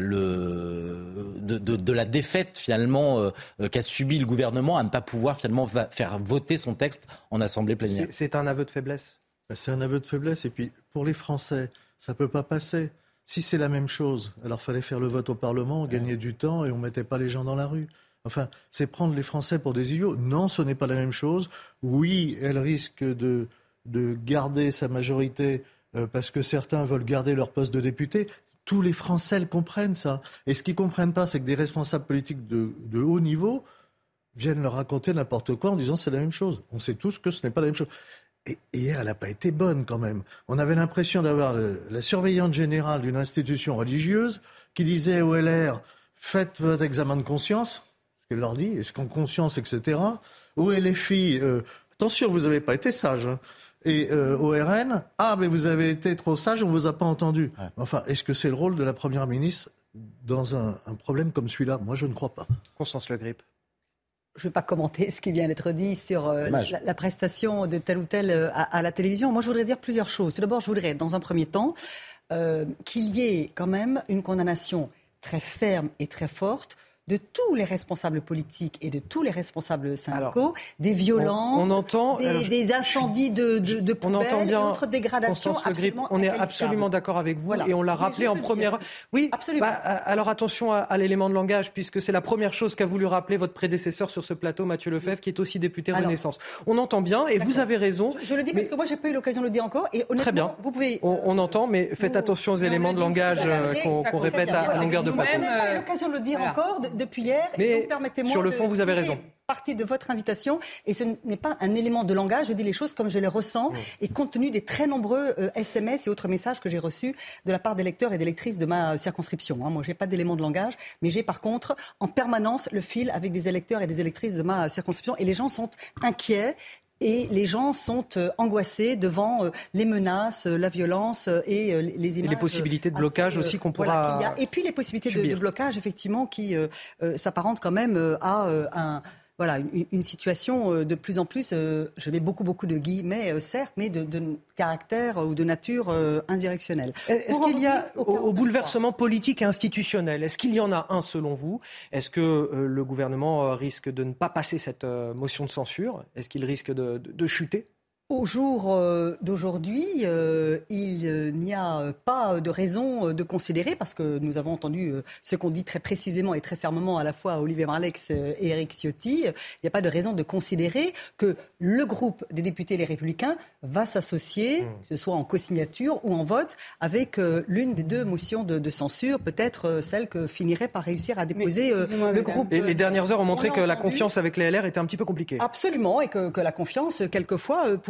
le, de, de, de la défaite finalement euh, qu'a subi le gouvernement à ne pas pouvoir finalement va, faire voter son texte en assemblée plénière. C'est, c'est un aveu de faiblesse. C'est un aveu de faiblesse et puis pour les Français, ça ne peut pas passer. Si c'est la même chose, alors il fallait faire le vote au Parlement, on gagnait du temps et on ne mettait pas les gens dans la rue. Enfin, c'est prendre les Français pour des idiots. Non, ce n'est pas la même chose. Oui, elle risque de, de garder sa majorité euh, parce que certains veulent garder leur poste de député. Tous les Français le comprennent, ça. Et ce qu'ils ne comprennent pas, c'est que des responsables politiques de, de haut niveau viennent leur raconter n'importe quoi en disant c'est la même chose. On sait tous que ce n'est pas la même chose. Et hier, elle n'a pas été bonne quand même. On avait l'impression d'avoir le, la surveillante générale d'une institution religieuse qui disait au L R « Faites votre examen de conscience », ce qu'elle leur dit, est-ce qu'en conscience, et cetera. Au L F I, euh, attention, vous n'avez pas été sage. Hein. Et euh, au R N, ah, mais vous avez été trop sage, on ne vous a pas entendu. Ouais. Enfin, est-ce que c'est le rôle de la Première ministre dans un, un problème comme celui-là ? Moi, je ne crois pas. Constance Le Grip. Je ne vais pas commenter ce qui vient d'être dit sur euh, la, la prestation de tel ou tel euh, à, à la télévision. Moi, je voudrais dire plusieurs choses. Tout d'abord, je voudrais, dans un premier temps, euh, qu'il y ait quand même une condamnation très ferme et très forte de tous les responsables politiques et de tous les responsables syndicaux, alors, des violences, on, on entend, des, alors, des incendies de, de, de poubelles et d'autres dégradations absolument On est absolument d'accord avec vous voilà. et on l'a rappelé en première... Dire. Oui, absolument. Bah, alors attention à, à l'élément de langage, puisque c'est la première chose qu'a voulu rappeler votre prédécesseur sur ce plateau, Mathieu Lefebvre, qui est aussi député alors, Renaissance. On entend bien et d'accord. vous avez raison. Je, je le dis mais... parce que moi, j'ai pas eu l'occasion de le dire encore. Et honnêtement, très bien. Vous pouvez, on, on entend, mais faites vous... attention aux éléments de langage qu'on, qu'on répète à, à longueur de plateau. Je n'ai pas eu l'occasion de le dire encore depuis hier. Donc, permettez-moi sur le fond, de vous avez raison. Partie de votre invitation, et ce n'est pas un élément de langage, je dis les choses comme je les ressens, mmh. et compte tenu des très nombreux euh, S M S et autres messages que j'ai reçus de la part des lecteurs et des lectrices de ma euh, circonscription. Hein. Moi, je n'ai pas d'élément de langage, mais j'ai par contre en permanence le fil avec des électeurs et des électrices de ma euh, circonscription, et les gens sont inquiets. Et les gens sont euh, angoissés devant euh, les menaces, euh, la violence euh, et euh, les images. Et les possibilités de blocage assez, euh, aussi qu'on pourra voilà, qu'il y a. Et puis les possibilités de, de blocage, effectivement, qui euh, euh, s'apparentent quand même euh, à euh, un... Voilà, une, une situation de plus en plus, euh, je mets beaucoup, beaucoup de guillemets, euh, certes, mais de, de caractère ou de nature euh, insurrectionnelle. Est-ce qu'il y a, au, au bouleversement politique et institutionnel, est-ce qu'il y en a un selon vous ? Est-ce que euh, le gouvernement risque de ne pas passer cette euh, motion de censure ? Est-ce qu'il risque de, de, de chuter ? Au jour euh, d'aujourd'hui, euh, il euh, n'y a pas de raison de considérer, parce que nous avons entendu euh, ce qu'on dit très précisément et très fermement à la fois Olivier Marleix et Éric Ciotti, il n'y a pas de raison de considérer que le groupe des députés Les Républicains va s'associer, mmh. que ce soit en co-signature ou en vote, avec euh, l'une des deux motions de, de censure, peut-être euh, celle que finirait par réussir à déposer euh, le groupe. Et les dernières heures ont montré que la confiance avec les L R était un petit peu compliquée. Absolument, et que, que la confiance, quelquefois, euh, pouvait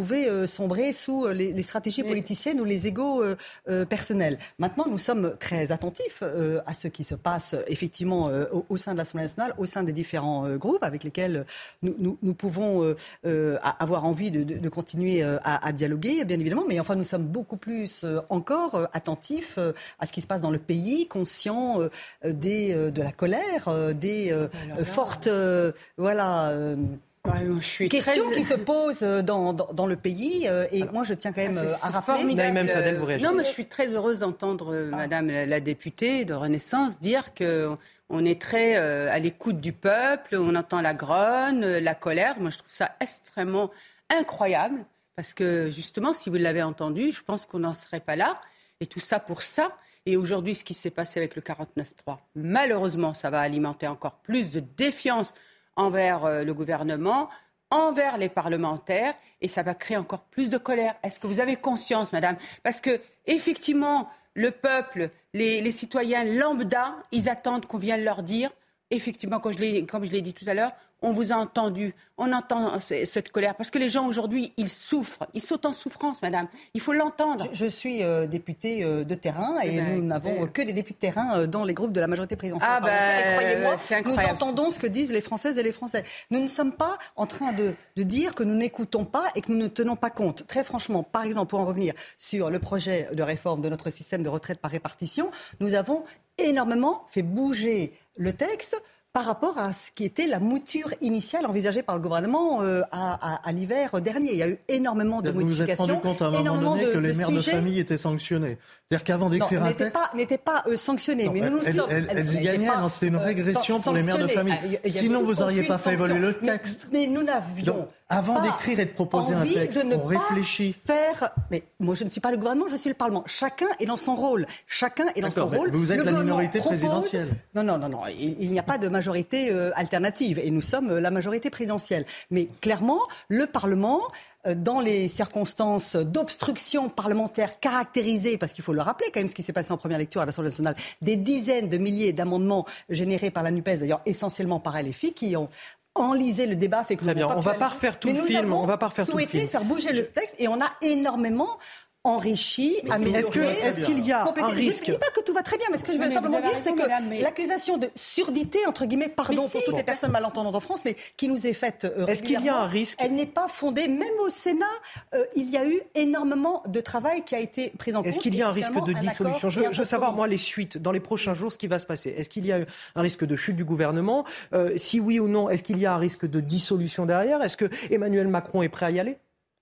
pouvait euh, sombrer sous les, les stratégies oui. politiciennes ou les égos euh, euh, personnels. Maintenant, nous sommes très attentifs euh, à ce qui se passe effectivement euh, au, au sein de l'Assemblée nationale, au sein des différents euh, groupes avec lesquels nous, nous, nous pouvons euh, euh, avoir envie de, de, de continuer euh, à, à dialoguer, bien évidemment. Mais enfin, nous sommes beaucoup plus euh, encore euh, attentifs euh, à ce qui se passe dans le pays, conscients euh, des, euh, de la colère, euh, des euh, euh, fortes... Euh, voilà... Euh, Ouais, je suis question très... qui se pose dans, dans, dans le pays euh, et Alors, moi je tiens quand même ah, à rappeler. Même Fadel, vous non, mais je suis très heureuse d'entendre euh, ah. Madame la, la députée de Renaissance dire que on est très euh, à l'écoute du peuple, on entend la grogne, la colère. Moi je trouve ça extrêmement incroyable parce que justement si vous l'avez entendu, je pense qu'on n'en serait pas là et tout ça pour ça. Et aujourd'hui, ce qui s'est passé avec le quarante-neuf trois, malheureusement, ça va alimenter encore plus de défiance envers euh, le gouvernement, envers les parlementaires, et ça va créer encore plus de colère. Est-ce que vous avez conscience, madame ? Parce que, effectivement, le peuple, les, les citoyens lambda, ils attendent qu'on vienne leur dire, effectivement, comme je l'ai, comme je l'ai dit tout à l'heure, on vous a entendu, on entend cette colère. Parce que les gens, aujourd'hui, ils souffrent. Ils sont en souffrance, madame. Il faut l'entendre. Je, je suis euh, députée euh, de terrain et ben, nous n'avons euh... que des députés de terrain euh, dans les groupes de la majorité présidentielle. Ah ben, et croyez-moi, c'est nous entendons ce que disent les Françaises et les Français. Nous ne sommes pas en train de, de dire que nous n'écoutons pas et que nous ne tenons pas compte. Très franchement, par exemple, pour en revenir sur le projet de réforme de notre système de retraite par répartition, nous avons énormément fait bouger le texte par rapport à ce qui était la mouture initiale envisagée par le gouvernement euh, à, à, à l'hiver dernier. Il y a eu énormément de vous modifications. Vous vous êtes rendu compte à un moment donné de, que les mères de, de famille étaient sanctionnées. C'est-à-dire qu'avant d'écrire non, un texte... Pas, n'étaient pas euh, sanctionnées, non, mais nous nous elles, sommes... Elles, elles, elles y gagnaient, non, c'était une régression euh, pour les mères de famille. Euh, Sinon, vous n'auriez pas fait évoluer le texte. Mais, mais nous n'avions Donc, avant d'écrire et de proposer un texte, on réfléchit. Faire... Mais moi, je ne suis pas le gouvernement, je suis le Parlement. Chacun est dans son rôle. Chacun est dans son rôle. Vous êtes la minorité présidentielle. Non, non, non, non. Il, il n'y a pas de majorité euh, alternative. Et nous sommes la majorité présidentielle. Mais clairement, le Parlement... dans les circonstances d'obstruction parlementaire caractérisées, parce qu'il faut le rappeler quand même ce qui s'est passé en première lecture à l'Assemblée nationale, des dizaines de milliers d'amendements générés par la NUPES, d'ailleurs essentiellement par L F I, qui ont enlisé le débat. Fait que Très bien, on ne va pas refaire tout le film. On va pas refaire tout le film. Souhaité faire bouger le texte et on a énormément enrichi, amélioré. Est-ce, que, est-ce qu'il y a un risque ? Je ne dis pas que tout va très bien, mais ce que je veux simplement dire, c'est que mais... l'accusation de surdité, entre guillemets, pardon si. pour toutes les personnes malentendantes en France, mais qui nous est faite euh, est-ce qu'il y a un risque ? Elle n'est pas fondée. Même au Sénat, euh, il y a eu énormément de travail qui a été pris en compte. Est-ce qu'il y a un risque de dissolution ? Je, je veux savoir, moi, les suites, dans les prochains jours, ce qui va se passer. Est-ce qu'il y a un risque de chute du gouvernement ? euh, Si oui ou non, est-ce qu'il y a un risque de dissolution derrière ? Est-ce que Emmanuel Macron est prêt à y aller ?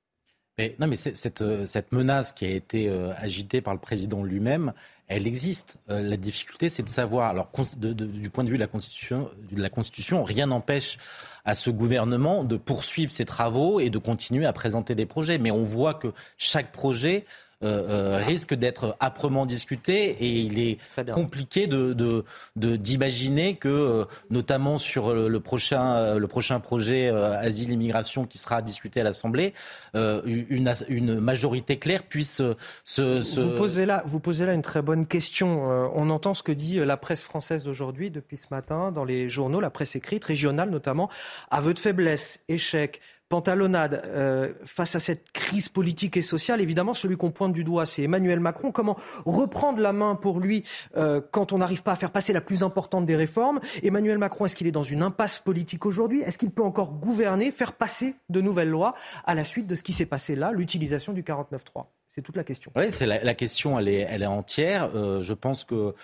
Mais, non, mais c'est, cette, cette menace qui a été euh, agitée par le président lui-même, elle existe. Euh, la difficulté, c'est de savoir. Alors, de, de, du point de vue de la Constitution, de la Constitution, rien n'empêche à ce gouvernement de poursuivre ses travaux et de continuer à présenter des projets. Mais on voit que chaque projet Euh, euh, risque d'être âprement discuté et il est compliqué de, de, de, d'imaginer que, euh, notamment sur le, le, prochain, euh, le prochain projet euh, asile-immigration qui sera discuté à l'Assemblée, euh, une, une majorité claire puisse se... se... Vous, posez là, vous posez là une très bonne question. Euh, on entend ce que dit la presse française aujourd'hui, depuis ce matin, dans les journaux, la presse écrite, régionale notamment, aveu de faiblesse, échec, pantalonnade euh, face à cette crise politique et sociale. Évidemment, celui qu'on pointe du doigt, c'est Emmanuel Macron. Comment reprendre la main pour lui euh, quand on n'arrive pas à faire passer la plus importante des réformes ? Emmanuel Macron, est-ce qu'il est dans une impasse politique aujourd'hui ? Est-ce qu'il peut encore gouverner, faire passer de nouvelles lois à la suite de ce qui s'est passé là, l'utilisation du quarante-neuf trois ? C'est toute la question. Oui, c'est la, la question, elle est, elle est entière. Euh, je pense que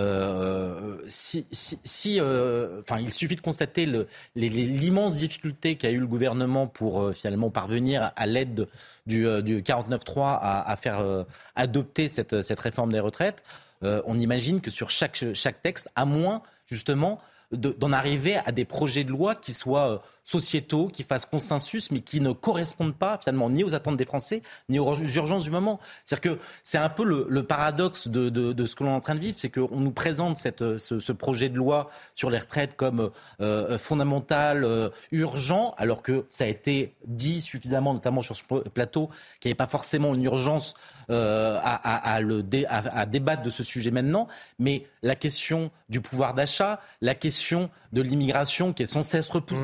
euh, si, si, si euh, enfin, il suffit de constater le, les, les, l'immense difficulté qu'a eu le gouvernement pour euh, finalement parvenir à l'aide du, euh, du quarante-neuf trois à, à faire euh, adopter cette, cette réforme des retraites. Euh, on imagine que sur chaque, chaque texte, à moins justement de, d'en arriver à des projets de loi qui soient euh, sociétaux, qui fassent consensus, mais qui ne correspondent pas finalement ni aux attentes des Français, ni aux urgences du moment. C'est-à-dire que c'est un peu le, le paradoxe de, de, de ce que l'on est en train de vivre, c'est qu'on nous présente cette, ce, ce projet de loi sur les retraites comme euh, fondamental, euh, urgent, alors que ça a été dit suffisamment, notamment sur ce plateau, qu'il n'y avait pas forcément une urgence euh, à, à, à, le dé, à, à débattre de ce sujet maintenant, mais la question du pouvoir d'achat, la question de l'immigration qui est sans cesse repoussée, mmh. souvenez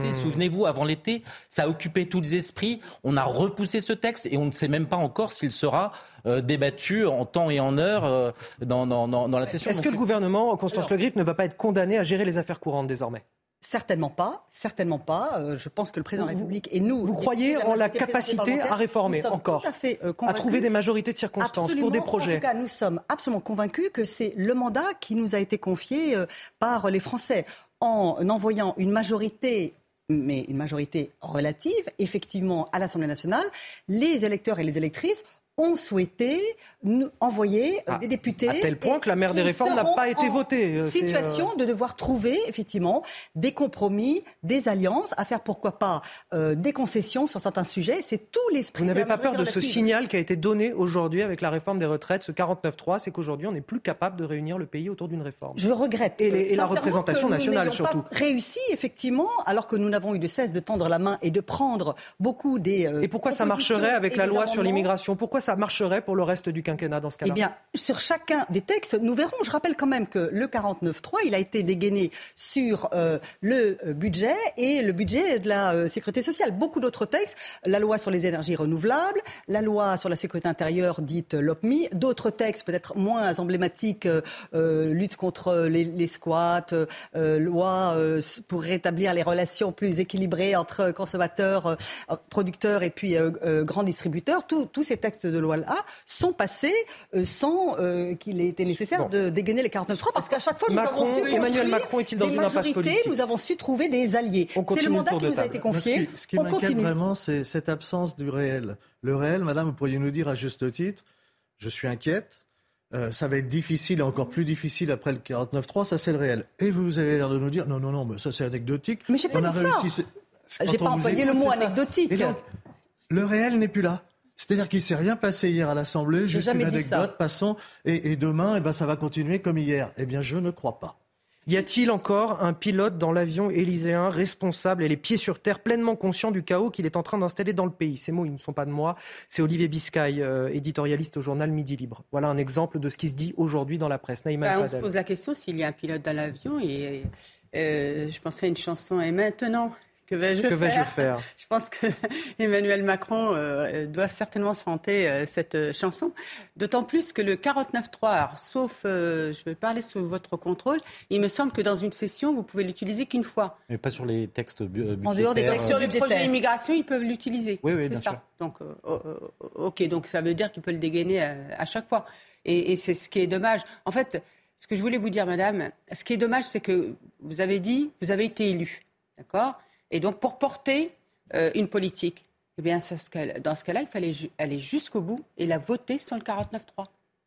souvenez-vous, avant l'été, ça a occupé tous les esprits. On a repoussé ce texte et on ne sait même pas encore s'il sera euh, débattu en temps et en heure euh, dans, dans, dans, dans la session. Est-ce Donc, que le gouvernement, Constance Alors, Le Grip, ne va pas être condamné à gérer les affaires courantes désormais ? Certainement pas, certainement pas. Euh, je pense que le président de la République et nous... Vous croyez en la capacité à réformer encore, tout à, fait, euh, à trouver des majorités de circonstances Absolument. pour des projets? En tout cas, nous sommes absolument convaincus que c'est le mandat qui nous a été confié euh, par les Français en envoyant une majorité... mais une majorité relative, effectivement, à l'Assemblée nationale. Les électeurs et les électrices ont souhaité nous envoyer ah, des députés... À tel point que la mère des réformes n'a pas été votée. Situation de devoir trouver, effectivement, des compromis, des alliances, à faire, pourquoi pas, euh, des concessions sur certains sujets. C'est tout l'esprit... Vous n'avez de la pas peur de ce relative. signal qui a été donné aujourd'hui avec la réforme des retraites, ce quarante-neuf trois, c'est qu'aujourd'hui, on n'est plus capable de réunir le pays autour d'une réforme. Je regrette. Et, les, et la sincèrement représentation que nationale, nous surtout. Pas réussi, effectivement, alors que nous n'avons eu de cesse de tendre la main et de prendre beaucoup des... Euh, et pourquoi ça marcherait avec la loi sur l'immigration? Pourquoi ça marcherait pour le reste du quinquennat dans ce cas-là? Eh bien, sur chacun des textes, nous verrons. Je rappelle quand même que le quarante-neuf trois, il a été dégainé sur euh, le budget et le budget de la euh, sécurité sociale. Beaucoup d'autres textes, la loi sur les énergies renouvelables, la loi sur la sécurité intérieure dite LOPMI, d'autres textes peut-être moins emblématiques, euh, lutte contre les, les squats, euh, loi euh, pour rétablir les relations plus équilibrées entre consommateurs, euh, producteurs et puis euh, euh, grands distributeurs. Tous, tous ces textes de loi-là sont passés euh, sans euh, qu'il ait été nécessaire bon. de dégainer les quarante-neuf trois, parce qu'à chaque fois, nous Macron, avons su Emmanuel Macron est-il dans des une impasse politique? Nous avons su trouver des alliés. C'est le mandat qui nous a été confié. Moi, ce qui, ce qui On m'inquiète continue. vraiment, c'est cette absence du réel. Le réel, madame, vous pourriez nous dire à juste titre, je suis inquiète, euh, ça va être difficile et encore plus difficile après le quarante-neuf trois, ça c'est le réel. Et vous avez l'air de nous dire, non, non, non, mais ça c'est anecdotique. Mais j'ai pas on dit a ça. Réussi, j'ai pas employé le mot anecdotique. Et donc, le réel n'est plus là. C'est-à-dire qu'il ne s'est rien passé hier à l'Assemblée, juste une anecdote, passons, et, et demain, eh ben, ça va continuer comme hier. Eh bien, je ne crois pas. Y a-t-il encore un pilote dans l'avion élyséen responsable et les pieds sur terre, pleinement conscient du chaos qu'il est en train d'installer dans le pays? Ces mots, ils ne sont pas de moi. C'est Olivier Biscay, euh, éditorialiste au journal Midi Libre. Voilà un exemple de ce qui se dit aujourd'hui dans la presse. Naïma bah, El on se pose la question s'il y a un pilote dans l'avion et euh, je penserais à une chanson. Et maintenant, que vais-je que faire, vais-je faire Je pense que Emmanuel Macron euh, doit certainement chanter euh, cette chanson. D'autant plus que le quarante-neuf trois, sauf, euh, je vais parler sous votre contrôle, il me semble que dans une session, vous pouvez l'utiliser qu'une fois. Mais pas sur les textes budgétaires. En dehors des textes sur les projets d'immigration, ils peuvent l'utiliser. Oui, oui, c'est bien ça. sûr. Donc, euh, euh, ok, donc ça veut dire qu'il peut le dégainer à, à chaque fois. Et, et c'est ce qui est dommage. En fait, ce que je voulais vous dire, madame, ce qui est dommage, c'est que vous avez dit, vous avez été élu, d'accord ? Et donc, pour porter euh, une politique, eh bien, dans ce cas-là, il fallait ju- aller jusqu'au bout et la voter sans le quarante-neuf trois.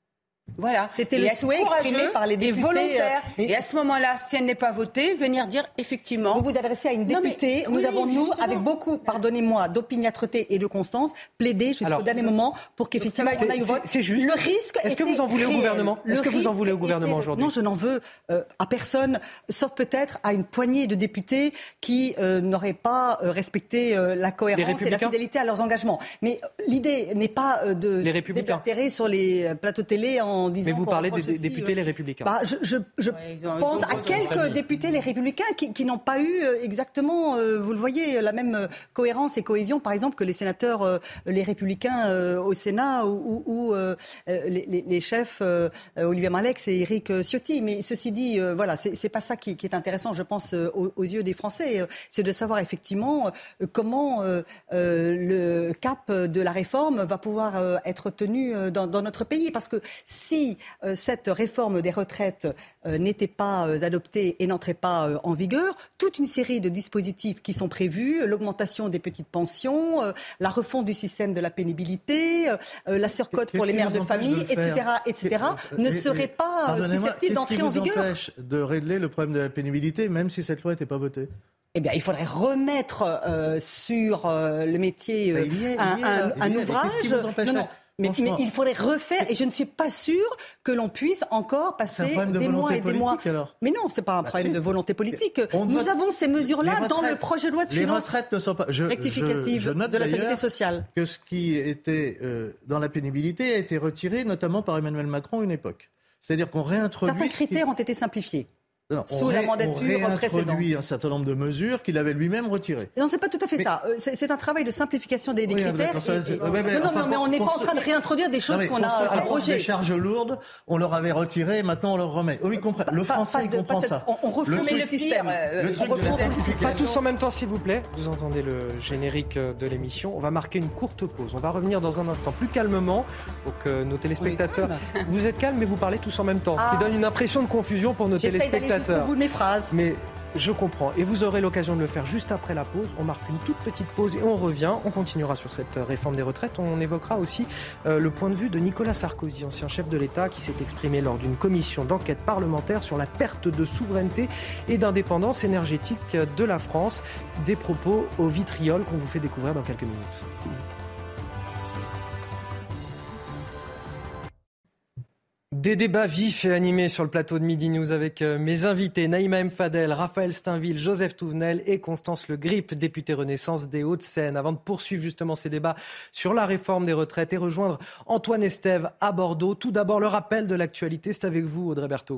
Voilà. C'était le souhait exprimé par les députés. Et volontaire. Euh, et à ce moment-là, si elle n'est pas votée, venir dire effectivement. Vous vous adressez à une députée. Non, mais, nous oui, avons, nous, justement. avec beaucoup, pardonnez-moi, d'opiniâtreté et de constance, plaidé jusqu'au Alors, dernier moment pour qu'effectivement on aille au vote. C'est juste. Le risque. Est-ce que vous en voulez au gouvernement? Est-ce que vous en voulez au gouvernement aujourd'hui? Non, je n'en veux euh, à personne, sauf peut-être à une poignée de députés qui euh, n'auraient pas euh, respecté euh, la cohérence et la fidélité à leurs engagements. Mais euh, l'idée n'est pas euh, de déblatérer sur les plateaux télé en disant. Mais vous parlez des ceci, députés les Républicains. Bah, je je, je ouais, ont, pense à quelques députés les Républicains qui, qui n'ont pas eu exactement, euh, vous le voyez, la même cohérence et cohésion, par exemple, que les sénateurs, euh, les Républicains euh, au Sénat ou, ou euh, les, les chefs euh, Olivier Marleix et Éric Ciotti. Mais ceci dit, euh, voilà, c'est, c'est pas ça qui, qui est intéressant, je pense, euh, aux, aux yeux des Français. C'est de savoir effectivement euh, comment euh, euh, le cap de la réforme va pouvoir euh, être tenu euh, dans, dans notre pays. Parce que si euh, cette réforme des retraites euh, n'était pas euh, adoptée et n'entrait pas euh, en vigueur, toute une série de dispositifs qui sont prévus, l'augmentation des petites pensions, euh, la refonte du système de la pénibilité, euh, la surcote pour les mères de famille, et cetera, et cetera, ne seraient pas euh, susceptibles d'entrer en vigueur. Qu'est-ce qui vous empêche de régler le problème de la pénibilité, même si cette loi n'était pas votée? Eh bien, il faudrait remettre euh, sur euh, le métier euh, il y est, un, il y est, un, il y est. un ouvrage. Qu'est-ce qui vous empêche? Non, non. Mais, mais il faudrait refaire, et je ne suis pas sûre que l'on puisse encore passer de des mois et des mois. Alors. Mais non, c'est pas un bah problème si. de volonté politique. On Nous vote... avons ces mesures-là dans le projet de loi de les finances retraites ne sont pas je, rectificatives je, je note de la sécurité sociale. Que ce qui était euh, dans la pénibilité a été retiré, notamment par Emmanuel Macron à une époque. C'est-à-dire qu'on réintroduit. Certains critères qui... ont été simplifiés. Non, sous on la ré, mandature on précédente. réintroduit un certain nombre de mesures qu'il avait lui-même retirées. Non, c'est pas tout à fait mais... ça. C'est, c'est un travail de simplification des, des oui, critères. Ça, et, et... Ouais, mais, non, enfin, non, mais on n'est pas ceux... en train de réintroduire des choses non, qu'on a abrogées. Des charges lourdes, on leur avait retiré, maintenant on leur remet. Oui, comprend. Le pas, français, pas il de, comprend cette... ça. On, on refait le, le système. Euh, le truc de la pas tous en même temps, s'il vous plaît. Vous entendez le générique de l'émission. On va marquer une courte pause. On va revenir dans un instant plus calmement pour que nos téléspectateurs. Vous êtes calmes, mais vous parlez tous en même temps, ce qui donne une impression de confusion pour nos J'essaye téléspectateurs. J'essaye d'aller jusqu'au bout de mes phrases. Mais je comprends. Et vous aurez l'occasion de le faire juste après la pause. On marque une toute petite pause et on revient. On continuera sur cette réforme des retraites. On évoquera aussi euh, le point de vue de Nicolas Sarkozy, ancien chef de l'État, qui s'est exprimé lors d'une commission d'enquête parlementaire sur la perte de souveraineté et d'indépendance énergétique de la France. Des propos au vitriol qu'on vous fait découvrir dans quelques minutes. Des débats vifs et animés sur le plateau de Midi News avec mes invités Naïma M. Fadel, Raphaël Steinville, Joseph Touvenel et Constance Le Grip, députée Renaissance des Hauts-de-Seine. Avant de poursuivre justement ces débats sur la réforme des retraites et rejoindre Antoine Estève à Bordeaux, tout d'abord le rappel de l'actualité. C'est avec vous, Audrey Berthaud.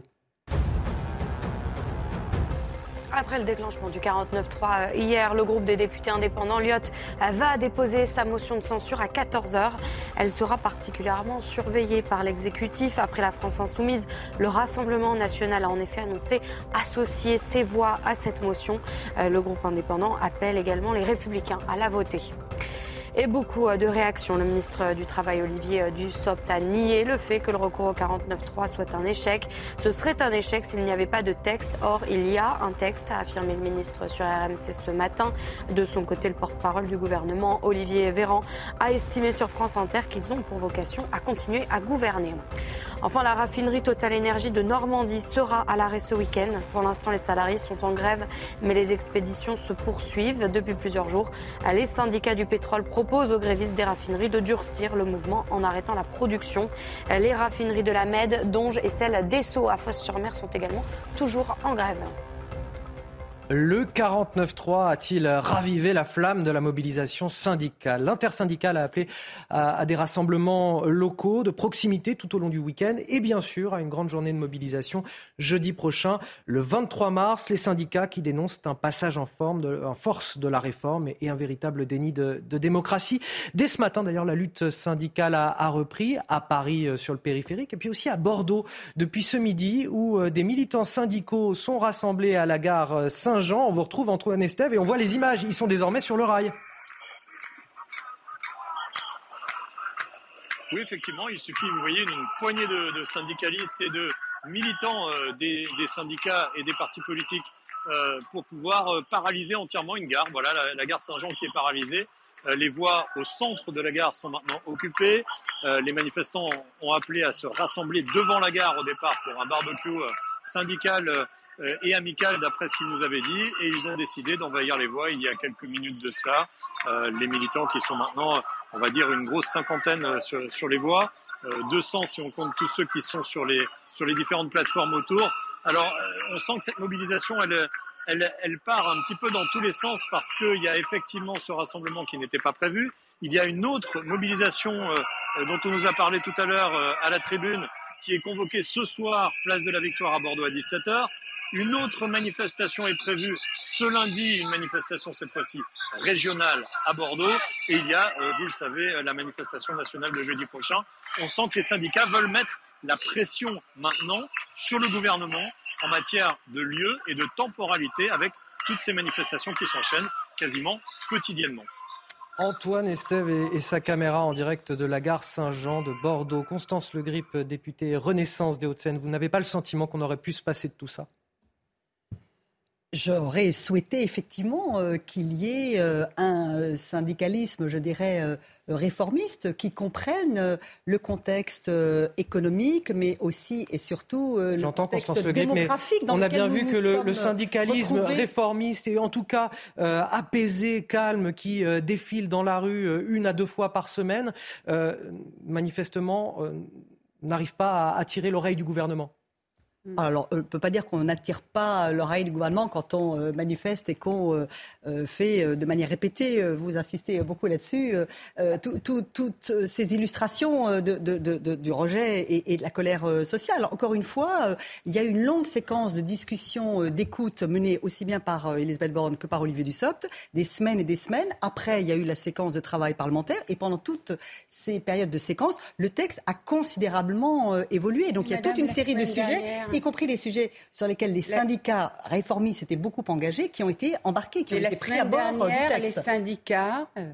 Après le déclenchement du quarante-neuf trois hier, le groupe des députés indépendants L I O T va déposer sa motion de censure à quatorze heures. Elle sera particulièrement surveillée par l'exécutif. Après la France insoumise, le Rassemblement national a en effet annoncé associer ses voix à cette motion. Le groupe indépendant appelle également les Républicains à la voter. Et beaucoup de réactions. Le ministre du Travail, Olivier Dussopt, a nié le fait que le recours au quarante-neuf trois soit un échec. Ce serait un échec s'il n'y avait pas de texte. Or, il y a un texte, a affirmé le ministre sur R M C ce matin. De son côté, le porte-parole du gouvernement, Olivier Véran, a estimé sur France Inter qu'ils ont pour vocation à continuer à gouverner. Enfin, la raffinerie Total Énergie de Normandie sera à l'arrêt ce week-end. Pour l'instant, les salariés sont en grève, mais les expéditions se poursuivent depuis plusieurs jours. Les syndicats du pétrole proposent aux grévistes des raffineries de durcir le mouvement en arrêtant la production. Les raffineries de la Med, Donge et celle d'Esso à Fos-sur-Mer sont également toujours en grève. Le quarante-neuf trois a-t-il ravivé la flamme de la mobilisation syndicale ? L'intersyndicale a appelé à, à des rassemblements locaux de proximité tout au long du week-end et bien sûr à une grande journée de mobilisation jeudi prochain, le vingt-trois mars. Les syndicats qui dénoncent un passage en, forme de, en force de la réforme et, et un véritable déni de, de démocratie. Dès ce matin, d'ailleurs, la lutte syndicale a, a repris à Paris sur le périphérique et puis aussi à Bordeaux depuis ce midi où des militants syndicaux sont rassemblés à la gare Saint Saint-Jean. On vous retrouve Antoine Estève et on voit les images. Ils sont désormais sur le rail. Oui, effectivement, il suffit, vous voyez, une poignée de, de syndicalistes et de militants euh, des, des syndicats et des partis politiques euh, pour pouvoir euh, paralyser entièrement une gare. Voilà, la, la gare Saint-Jean qui est paralysée. Euh, les voies au centre de la gare sont maintenant occupées. Euh, les manifestants ont appelé à se rassembler devant la gare au départ pour un barbecue euh, syndical euh, et amical d'après ce qu'ils nous avaient dit, et ils ont décidé d'envahir les voies il y a quelques minutes de cela. Euh, les militants qui sont maintenant, on va dire, une grosse cinquantaine sur, sur les voies, euh, deux cents si on compte tous ceux qui sont sur les, sur les différentes plateformes autour. Alors, euh, on sent que cette mobilisation, elle, elle, elle part un petit peu dans tous les sens parce qu'il y a effectivement ce rassemblement qui n'était pas prévu. Il y a une autre mobilisation euh, dont on nous a parlé tout à l'heure euh, à la tribune, qui est convoquée ce soir, place de la Victoire à Bordeaux à dix-sept heures. Une autre manifestation est prévue ce lundi, une manifestation cette fois-ci régionale à Bordeaux. Et il y a, euh, vous le savez, la manifestation nationale de jeudi prochain. On sent que les syndicats veulent mettre la pression maintenant sur le gouvernement en matière de lieu et de temporalité avec toutes ces manifestations qui s'enchaînent quasiment quotidiennement. Antoine Estève et, et sa caméra en direct de la gare Saint-Jean de Bordeaux. Constance Le Grip, députée Renaissance des Hauts-de-Seine. Vous n'avez pas le sentiment qu'on aurait pu se passer de tout ça ? J'aurais souhaité effectivement euh, qu'il y ait euh, un syndicalisme, je dirais, euh, réformiste, qui comprenne euh, le contexte euh, économique, mais aussi et surtout euh, le contexte Constance Le Grip, démographique. Dans on a bien vu nous que nous le, le syndicalisme retrouvés. réformiste et en tout cas euh, apaisé, calme, qui euh, défile dans la rue euh, une à deux fois par semaine, euh, manifestement euh, n'arrive pas à attirer l'oreille du gouvernement. Alors, on ne peut pas dire qu'on n'attire pas l'oreille du gouvernement quand on euh, manifeste et qu'on euh, euh, fait euh, de manière répétée, euh, vous insistez beaucoup là-dessus, euh, tout, tout, toutes ces illustrations euh, de, de, de, de, du rejet et, et de la colère euh, sociale. Encore une fois, euh, il y a une longue séquence de discussions, euh, d'écoute menée aussi bien par euh, Elisabeth Borne que par Olivier Dussopt, des semaines et des semaines. Après, il y a eu la séquence de travail parlementaire et pendant toutes ces périodes de séquence, le texte a considérablement euh, évolué. Donc, il y a Madame, toute une série de sujets... Dernière... y compris des sujets sur lesquels les syndicats réformistes s'étaient beaucoup engagés, qui ont été embarqués, qui ont Mais été pris à bord du texte. Les syndicats, euh,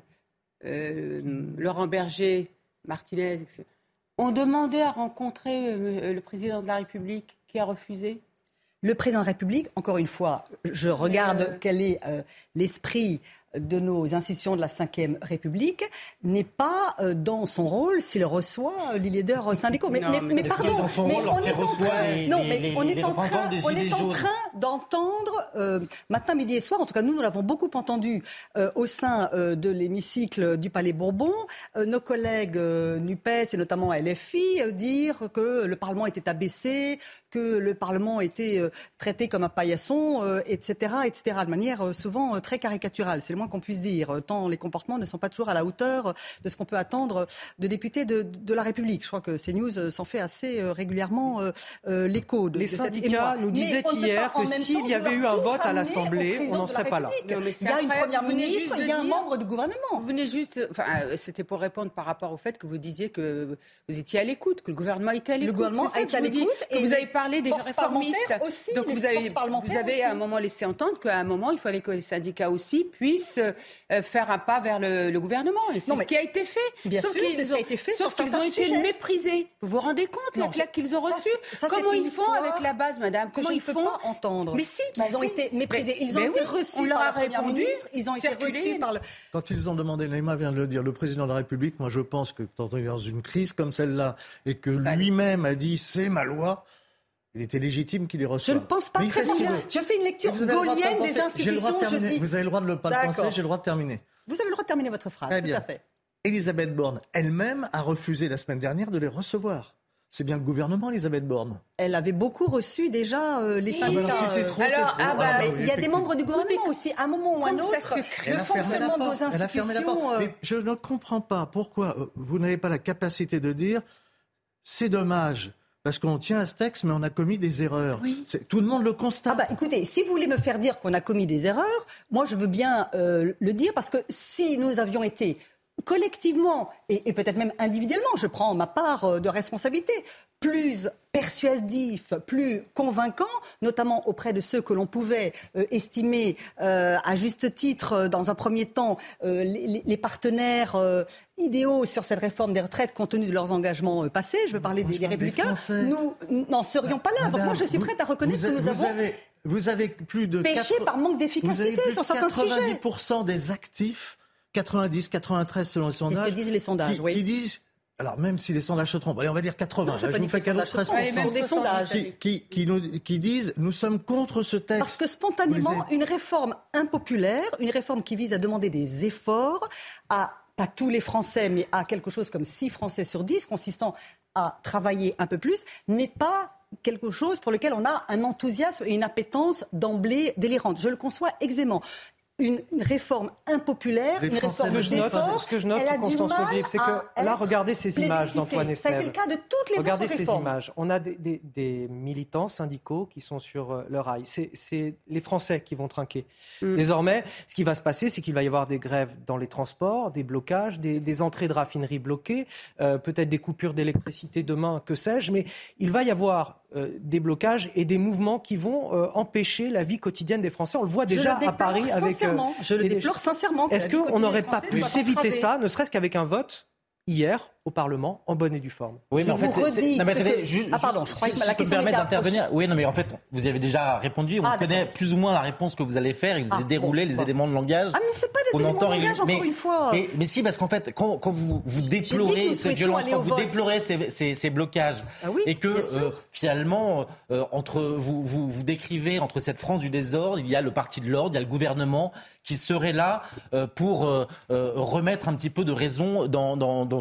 euh, Laurent Berger, Martinez, et cetera, ont demandé à rencontrer euh, le président de la République, qui a refusé. Le président de la République, encore une fois, je regarde euh... quel est euh, l'esprit de nos institutions de la cinquième République, n'est pas euh, dans son rôle s'il reçoit euh, les leaders syndicaux. Mais, non, mais, mais, mais pardon, dans son mais rôle on est en train, les, non, les, mais les, on est les en train, on est en train d'entendre euh, matin, midi et soir. En tout cas, nous, nous l'avons beaucoup entendu euh, au sein euh, de l'hémicycle du Palais Bourbon. Euh, nos collègues euh, NUPES et notamment L F I euh, dire que le Parlement était abaissé, que le Parlement était euh, traité comme un paillasson, euh, et cetera, et cetera, de manière euh, souvent euh, très caricaturale. C'est le moins qu'on puisse dire. Tant les comportements ne sont pas toujours à la hauteur de ce qu'on peut attendre de députés de, de la République. Je crois que CNews s'en fait assez régulièrement euh, euh, l'écho. De, les de syndicats cette... nous disaient hier que s'il y avait eu un vote à l'Assemblée, on n'en serait pas là. Non, il y a une première ministre, il y a un membre du gouvernement. Vous venez juste... Enfin, c'était pour répondre par rapport au fait que vous disiez que vous étiez à l'écoute, que le gouvernement était à l'écoute. Le gouvernement est à l'écoute. Et vous avez parlé des réformistes. Aussi, donc vous avez, vous avez à un moment laissé entendre qu'à un moment, il fallait que les syndicats aussi puissent euh, faire un pas vers le, le gouvernement. Et c'est non, ce qui a été fait. Bien sauf sûr, qu'ils c'est ce qui a été fait. Sauf qu'ils ont été sujets. méprisés. Vous vous rendez compte non, la claque qu'ils ont reçue? Comment ils font avec la base, madame? Comment ils font? Pas entendre. Mais si, ils ont été méprisés. Ils ont été reçus par la Première ministre. Ils ont été reçus par le... Quand ils ont demandé, Naïma vient de le dire, le président de la République, moi je pense que quand on est dans une crise comme celle-là et que lui-même a dit c'est ma loi, il était légitime qu'il les reçoive. Je ne pense pas très bien. Je fais une lecture gaulienne des institutions. Je dis... Vous avez le droit de ne pas le penser, j'ai le droit de terminer. Vous avez le droit de terminer votre phrase, Très tout bien. à fait. Elisabeth Borne elle-même a refusé la semaine dernière de les recevoir. C'est bien le gouvernement, Elisabeth Borne. Elle avait beaucoup reçu déjà euh, les syndicats. Alors, si c'est trop, alors, c'est trop. Ah bah, ah, bah, il y a des membres du gouvernement aussi. À un moment ou à un autre, le fonctionnement de nos institutions... Euh... Mais je ne comprends pas pourquoi vous n'avez pas la capacité de dire c'est dommage. Parce qu'on tient à ce texte, mais on a commis des erreurs. Oui. Tout le monde le constate. Ah bah, écoutez, si vous voulez me faire dire qu'on a commis des erreurs, moi je veux bien euh, le dire, parce que si nous avions été collectivement, et, et peut-être même individuellement, je prends ma part de responsabilité, plus persuasif, plus convaincant, notamment auprès de ceux que l'on pouvait euh, estimer euh, à juste titre, dans un premier temps, euh, les, les partenaires euh, idéaux sur cette réforme des retraites compte tenu de leurs engagements euh, passés. Je veux parler des, des Républicains. Des nous n'en serions pas là. Madame, donc moi, je suis prête à reconnaître vous, que nous vous avons avez, vous avez plus de péché quatre... par manque d'efficacité sur certains sujets. quatre-vingt-dix pour cent des actifs, quatre-vingt-dix, quatre-vingt-treize selon les sondages. C'est ce que disent les sondages, qui, oui. Qui disent... Alors, même si les sondages se trompent, allez, on va dire quatre-vingts. Non, je là, je vous fais cadeau de treize pour cent. Même des sondages. Qui, qui, qui, nous, qui disent nous sommes contre ce texte. Parce que spontanément, une réforme impopulaire, une réforme qui vise à demander des efforts à, pas tous les Français, mais à quelque chose comme six Français sur dix, consistant à travailler un peu plus, n'est pas quelque chose pour lequel on a un enthousiasme et une appétence d'emblée délirante. Je le conçois aisément. Une, une réforme impopulaire, les une Français réforme d'effort. Ce que je note, Constance Levier, c'est que là, regardez ces images d'Antoine Estève. Ça a été le cas de toutes les regardez autres ces réformes. images. On a des, des, des militants syndicaux qui sont sur euh, le rail. C'est, c'est les Français qui vont trinquer. Mm. Désormais, ce qui va se passer, c'est qu'il va y avoir des grèves dans les transports, des blocages, des, des entrées de raffineries bloquées, euh, peut-être des coupures d'électricité demain, que sais-je. Mais il va y avoir euh, des blocages et des mouvements qui vont euh, empêcher la vie quotidienne des Français. On le voit déjà à Paris avec... Je le déplore sincèrement. Est-ce qu'on n'aurait pas pu s'éviter ça, ne serait-ce qu'avec un vote hier au Parlement en bonne et due forme? Oui, mais je en fait, c'est, c'est... Non, mais attendez, que... juste, ah pardon, je croyais si, que la si question me permettre était d'intervenir. Oui, non, mais en fait, vous avez déjà répondu. On ah, connaît d'accord. plus ou moins la réponse que vous allez faire. Et vous allez ah, dérouler bon, les bon. éléments de langage. Ah, mais c'est pas des on éléments entend, de langage, mais, encore une fois. Mais, mais si, parce qu'en fait, quand, quand vous, vous déplorez cette violence, quand vous vote. déplorez ces, ces, ces blocages, ah oui, et que euh, finalement, euh, entre vous, vous, vous décrivez entre cette France du désordre, il y a le parti de l'ordre, il y a le gouvernement qui serait là euh, pour euh, euh, remettre un petit peu de raison dans, dans, dans ce que, ce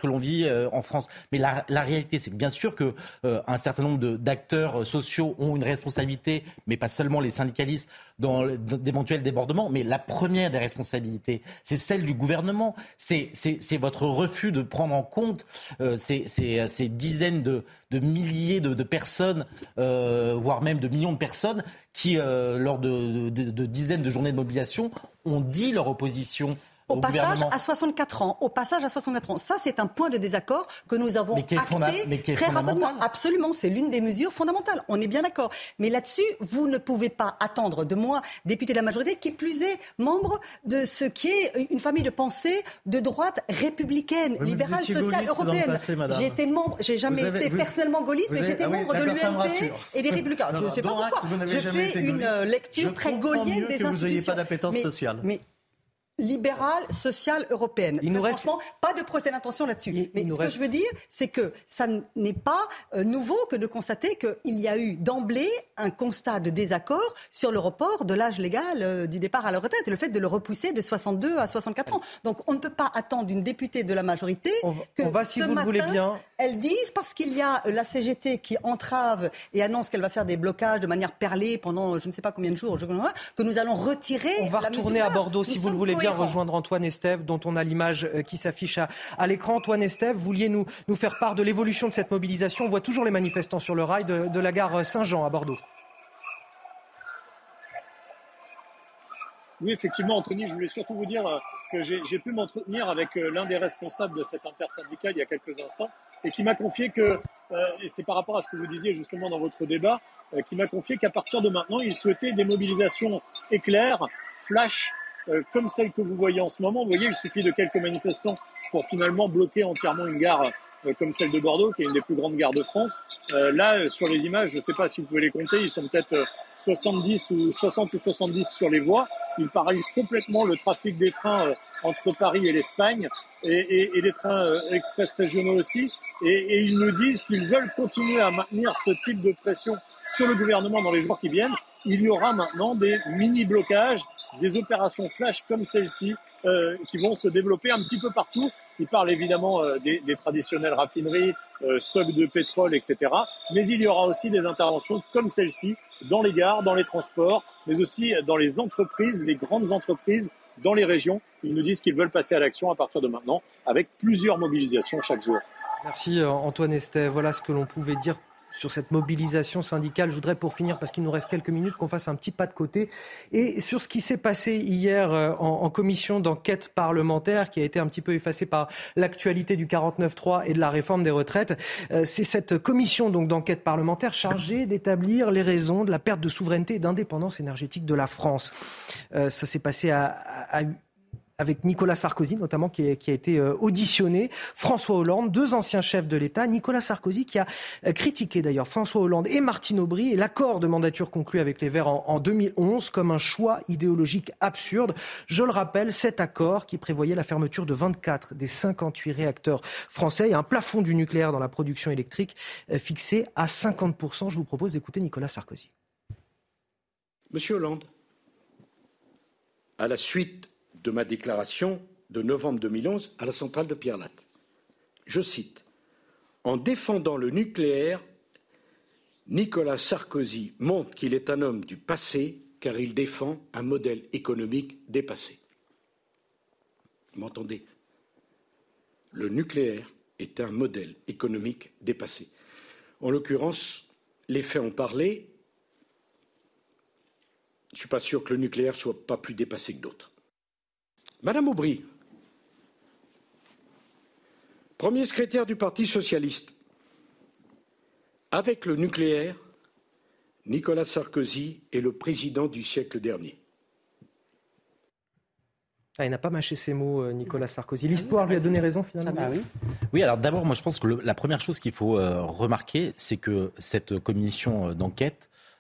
que l'on vit euh, en France. Mais la, la réalité, c'est que bien sûr que euh, un certain nombre de, d'acteurs sociaux ont une responsabilité, mais pas seulement les syndicalistes, dans d'éventuels débordements. Mais la première des responsabilités, c'est celle du gouvernement. C'est, c'est, c'est votre refus de prendre en compte euh, ces, ces, ces dizaines de, de milliers de, de personnes, euh, voire même de millions de personnes, qui, euh, lors de, de, de dizaines de journées de mobilisation, ont dit leur opposition. Au, au passage à soixante-quatre ans, au passage à soixante-quatre ans, ça c'est un point de désaccord que nous avons acté très rapidement. Absolument, c'est l'une des mesures fondamentales. On est bien d'accord. Mais là-dessus, vous ne pouvez pas attendre de moi, député de la majorité, qui plus est membre de ce qui est une famille de pensée de droite républicaine, oui, libérale, sociale, européenne. Passé, j'ai été membre, j'ai jamais avez, été vous, personnellement gaulliste, mais j'étais avez, membre de l'U M P et des Républicains. Je ne sais pas pourquoi. Je fais une lecture très gaullienne des institutions. Que vous n'ayez pas d'appétence sociale. Libérale, sociale, européenne. Il Très nous reste pas de procès d'intention là-dessus. Il, Mais il ce que reste... je veux dire, c'est que ça n'est pas euh, nouveau que de constater qu'il y a eu d'emblée un constat de désaccord sur le report de l'âge légal euh, du départ à la retraite et le fait de le repousser de soixante-deux à soixante-quatre ans. Donc on ne peut pas attendre d'une députée de la majorité on va, que on va, si ce vous matin, le voulez bien. Elle dise, parce qu'il y a la C G T qui entrave et annonce qu'elle va faire des blocages de manière perlée pendant je ne sais pas combien de jours, je... que nous allons retirer. On va la retourner à Bordeaux nous si vous le voulez bien. Rejoindre Antoine Estève, dont on a l'image qui s'affiche à, à l'écran. Antoine Estève, vous vouliez nous, nous faire part de l'évolution de cette mobilisation. On voit toujours les manifestants sur le rail de, de la gare Saint-Jean à Bordeaux. Oui, effectivement, Anthony, je voulais surtout vous dire que j'ai, j'ai pu m'entretenir avec l'un des responsables de cette intersyndicale il y a quelques instants et qui m'a confié que, euh, et c'est par rapport à ce que vous disiez justement dans votre débat, euh, qui m'a confié qu'à partir de maintenant, il souhaitait des mobilisations éclairs, flash, Euh, comme celle que vous voyez en ce moment. Vous voyez, il suffit de quelques manifestants pour finalement bloquer entièrement une gare euh, comme celle de Bordeaux, qui est une des plus grandes gares de France. Euh, là, euh, sur les images, je ne sais pas si vous pouvez les compter, ils sont peut-être euh, soixante-dix ou soixante ou soixante-dix sur les voies. Ils paralysent complètement le trafic des trains euh, entre Paris et l'Espagne et, et, et les trains euh, express régionaux aussi. Et, et ils nous disent qu'ils veulent continuer à maintenir ce type de pression sur le gouvernement dans les jours qui viennent. Il y aura maintenant des mini-blocages, des opérations flash comme celle-ci euh, qui vont se développer un petit peu partout. Il parle évidemment euh, des, des traditionnelles raffineries, euh, stocks de pétrole, et cetera. Mais il y aura aussi des interventions comme celle-ci dans les gares, dans les transports, mais aussi dans les entreprises, les grandes entreprises, dans les régions. Ils nous disent qu'ils veulent passer à l'action à partir de maintenant avec plusieurs mobilisations chaque jour. Merci Antoine Estève. Voilà ce que l'on pouvait dire sur cette mobilisation syndicale. Je voudrais, pour finir, parce qu'il nous reste quelques minutes, qu'on fasse un petit pas de côté. Et sur ce qui s'est passé hier en, en commission d'enquête parlementaire, qui a été un petit peu effacée par l'actualité du quarante-neuf trois et de la réforme des retraites, euh, c'est cette commission donc, d'enquête parlementaire chargée d'établir les raisons de la perte de souveraineté et d'indépendance énergétique de la France. Euh, ça s'est passé à... à, à avec Nicolas Sarkozy notamment qui, est, qui a été euh, auditionné, François Hollande, deux anciens chefs de l'État, Nicolas Sarkozy qui a euh, critiqué d'ailleurs François Hollande et Martine Aubry et l'accord de mandature conclu avec les Verts en, en deux mille onze comme un choix idéologique absurde. Je le rappelle, cet accord qui prévoyait la fermeture de vingt-quatre des cinquante-huit réacteurs français et un plafond du nucléaire dans la production électrique euh, fixé à cinquante pour cent. Je vous propose d'écouter Nicolas Sarkozy. Monsieur Hollande, à la suite de ma déclaration de novembre deux mille onze à la centrale de Pierre-Latte. Je cite « En défendant le nucléaire, Nicolas Sarkozy montre qu'il est un homme du passé car il défend un modèle économique dépassé. » Vous m'entendez ? Le nucléaire est un modèle économique dépassé. En l'occurrence, les faits ont parlé. Je ne suis pas sûr que le nucléaire soit pas plus dépassé que d'autres. Madame Aubry, premier secrétaire du Parti socialiste, avec le nucléaire, Nicolas Sarkozy est le président du siècle dernier. Ah, il n'a pas mâché ses mots, Nicolas Sarkozy. L'histoire lui a donné raison, finalement. Ah, bah oui. oui, alors d'abord, moi je pense que le, la première chose qu'il faut euh, remarquer, c'est que cette commission d'enquête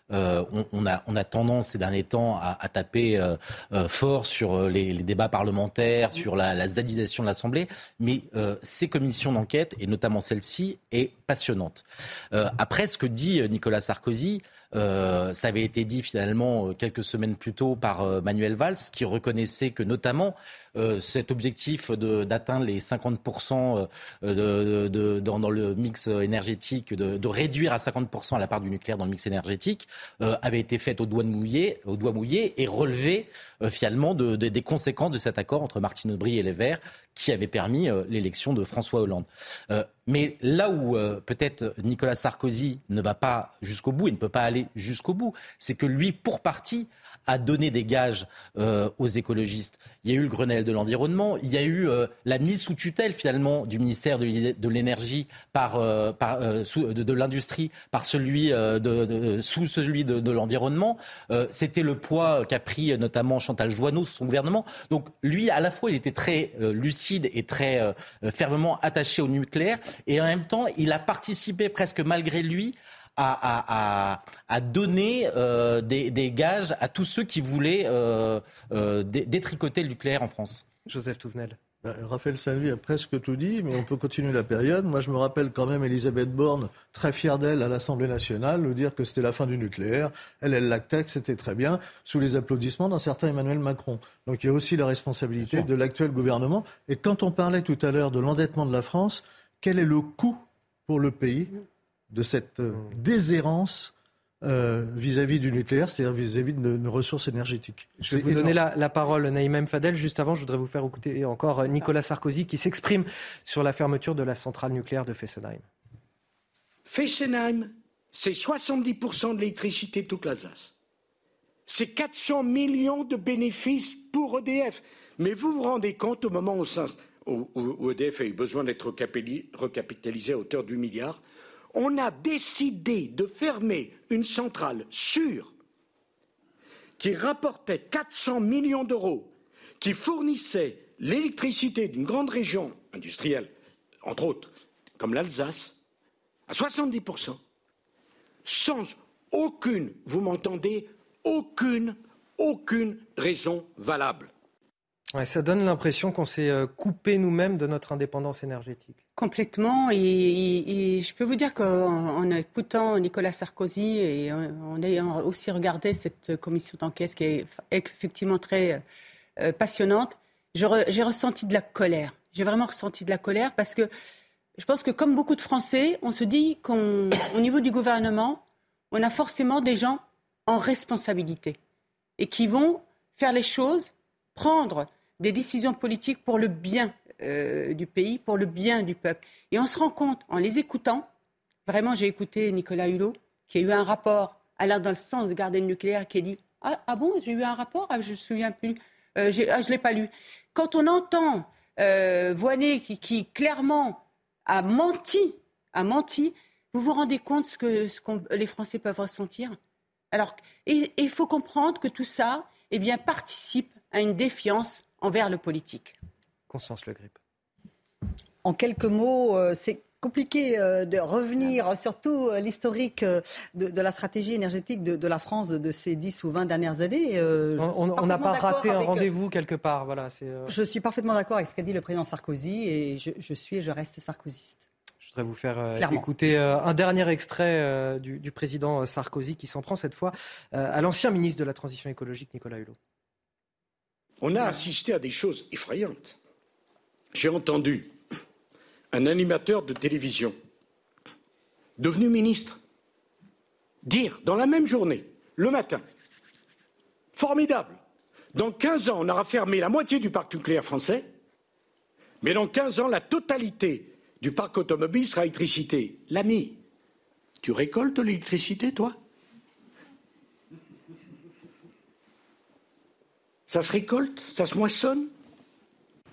Euh, on, on, a, on a tendance ces derniers temps à, à taper euh, euh, fort sur les, les débats parlementaires, sur la, la zadisation de l'Assemblée, mais euh, ces commissions d'enquête, et notamment celle-ci, est passionnante. Euh, après, ce que dit Nicolas Sarkozy, euh, ça avait été dit finalement quelques semaines plus tôt par euh, Manuel Valls, qui reconnaissait que notamment euh, cet objectif de, d'atteindre les cinquante pour cent de, de, de, dans, dans le mix énergétique, de, de réduire à cinquante pour cent la part du nucléaire dans le mix énergétique, euh, avait été faite au doigt mouillé, au doigt mouillé et relevé euh, finalement de, de, des conséquences de cet accord entre Martine Aubry et les Verts qui avait permis euh, l'élection de François Hollande. Euh, mais là où euh, peut-être Nicolas Sarkozy ne va pas jusqu'au bout et ne peut pas aller jusqu'au bout, c'est que lui, pour partie, a donné des gages euh, aux écologistes. Il y a eu le Grenelle de l'environnement, il y a eu euh, la mise sous tutelle finalement du ministère de, de l'énergie par, euh, par euh, sous, de, de l'industrie par celui euh, de, de, sous celui de, de l'environnement. Euh, c'était le poids qu'a pris notamment Chantal Joanneau sous son gouvernement. Donc lui, à la fois, il était très euh, lucide et très euh, fermement attaché au nucléaire, et en même temps, il a participé presque malgré lui À, à, à, à donner euh, des, des gages à tous ceux qui voulaient euh, euh, détricoter le nucléaire en France. Joseph Touvenel. Ben, Raphaël Saint-Louis a presque tout dit, mais on peut continuer la période. Moi, je me rappelle quand même Elisabeth Borne, très fière d'elle à l'Assemblée nationale, lui dire que c'était la fin du nucléaire. Elle, elle l'actait, que c'était très bien, sous les applaudissements d'un certain Emmanuel Macron. Donc il y a aussi la responsabilité de l'actuel gouvernement. Et quand on parlait tout à l'heure de l'endettement de la France, quel est le coût pour le pays de cette euh, déshérence euh, vis-à-vis du nucléaire, c'est-à-dire vis-à-vis de nos ressources énergétiques. Je vais vous donner la, la parole, Naïm Fadel. Juste avant, je voudrais vous faire écouter encore Nicolas Sarkozy qui s'exprime sur la fermeture de la centrale nucléaire de Fessenheim. Fessenheim, c'est soixante-dix pour cent de l'électricité de toute l'Alsace. C'est quatre cents millions de bénéfices pour E D F. Mais vous vous rendez compte, au moment où, où, où E D F a eu besoin d'être recapitalisé à hauteur du milliard, on a décidé de fermer une centrale sûre qui rapportait quatre cents millions d'euros, qui fournissait l'électricité d'une grande région industrielle, entre autres, comme l'Alsace, à soixante-dix pour cent, sans aucune, vous m'entendez, aucune, aucune raison valable. Ouais, ça donne l'impression qu'on s'est coupé nous-mêmes de notre indépendance énergétique. Complètement. Et, et, et je peux vous dire qu'en en écoutant Nicolas Sarkozy et en, en ayant aussi regardé cette commission d'enquête qui est effectivement très euh, passionnante, je re, j'ai ressenti de la colère. J'ai vraiment ressenti de la colère parce que je pense que comme beaucoup de Français, on se dit qu'au niveau du gouvernement, on a forcément des gens en responsabilité et qui vont faire les choses, prendre des décisions politiques pour le bien euh, du pays, pour le bien du peuple. Et on se rend compte, en les écoutant, vraiment j'ai écouté Nicolas Hulot, qui a eu un rapport allant dans le sens de garder le nucléaire, qui a dit « Ah, ah bon, j'ai eu un rapport ah, Je ne me souviens plus, euh, j'ai, ah, je ne l'ai pas lu ». Quand on entend euh, Voynet qui, qui clairement a menti, a menti, vous vous rendez compte ce que, ce que les Français peuvent ressentir. Alors, il faut comprendre que tout ça eh bien, participe à une défiance envers le politique. Constance Le Grip. En quelques mots, euh, c'est compliqué euh, de revenir ah. sur tout euh, l'historique euh, de, de la stratégie énergétique de, de la France de, de ces dix ou vingt dernières années. Euh, on n'a pas raté un rendez-vous quelque part. Voilà, c'est, euh... Je suis parfaitement d'accord avec ce qu'a dit le président Sarkozy et je, je suis et je reste sarkozyste. Je voudrais vous faire euh, écouter euh, un dernier extrait euh, du, du président Sarkozy qui s'en prend cette fois euh, à l'ancien ministre de la Transition écologique, Nicolas Hulot. On a assisté à des choses effrayantes. J'ai entendu un animateur de télévision, devenu ministre, dire dans la même journée, le matin, formidable, dans quinze ans, on aura fermé la moitié du parc nucléaire français, mais dans quinze ans, la totalité du parc automobile sera électricité. L'ami, tu récoltes l'électricité, toi ? Ça se récolte ? Ça se moissonne ?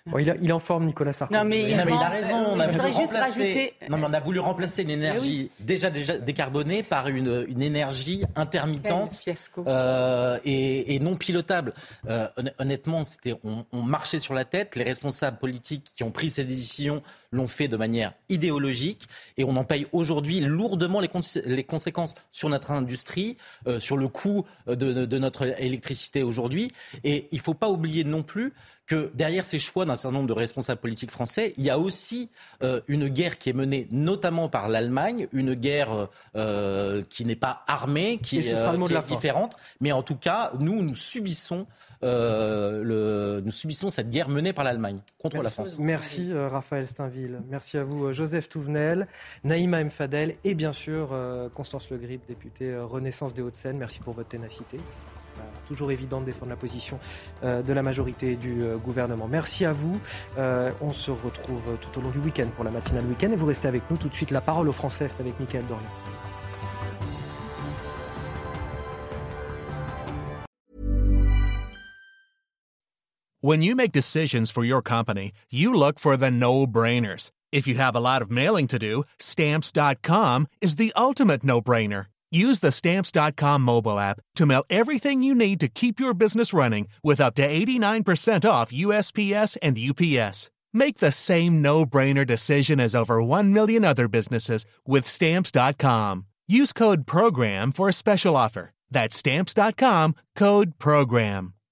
Bon, il, a, il est en forme, Nicolas Sarkozy. Non, mais, il, non, mais il a raison. On a, voulu remplacer... rajouter... non, mais on a voulu remplacer une énergie oui. déjà, déjà décarbonée par une, une énergie intermittente euh, et, et non pilotable. Euh, honnêtement, c'était, on, on marchait sur la tête. Les responsables politiques qui ont pris ces décisions l'ont fait de manière idéologique et on en paye aujourd'hui lourdement les, cons- les conséquences sur notre industrie, euh, sur le coût de, de, de notre électricité aujourd'hui. Et il ne faut pas oublier non plus que derrière ces choix d'un certain nombre de responsables politiques français, il y a aussi euh, une guerre qui est menée notamment par l'Allemagne, une guerre euh, qui n'est pas armée, qui, euh, qui est différente. Mais en tout cas, nous, nous subissons, euh, le, nous subissons cette guerre menée par l'Allemagne contre Merci, la France. Merci euh, Raphaël Steinville. Merci à vous euh, Joseph Touvenel, Naïma M. Fadel et bien sûr euh, Constance Le Grip, députée euh, Renaissance des Hauts-de-Seine. Merci pour votre ténacité. Toujours évident de défendre la position euh, de la majorité et du euh, gouvernement. Merci à vous. Euh, on se retrouve tout au long du week-end pour la matinale week-end et vous restez avec nous tout de suite. La parole aux Français, c'est avec Mickaël Dorian. When you make decisions for your company, you look for the no-brainers. If you have a lot of mailing to do, Stamps dot com is the ultimate no-brainer. Use the Stamps dot com mobile app to mail everything you need to keep your business running with up to eighty-nine percent off U S P S and U P S. Make the same no-brainer decision as over one million other businesses with Stamps dot com. Use code PROGRAM for a special offer. That's Stamps dot com, code PROGRAM.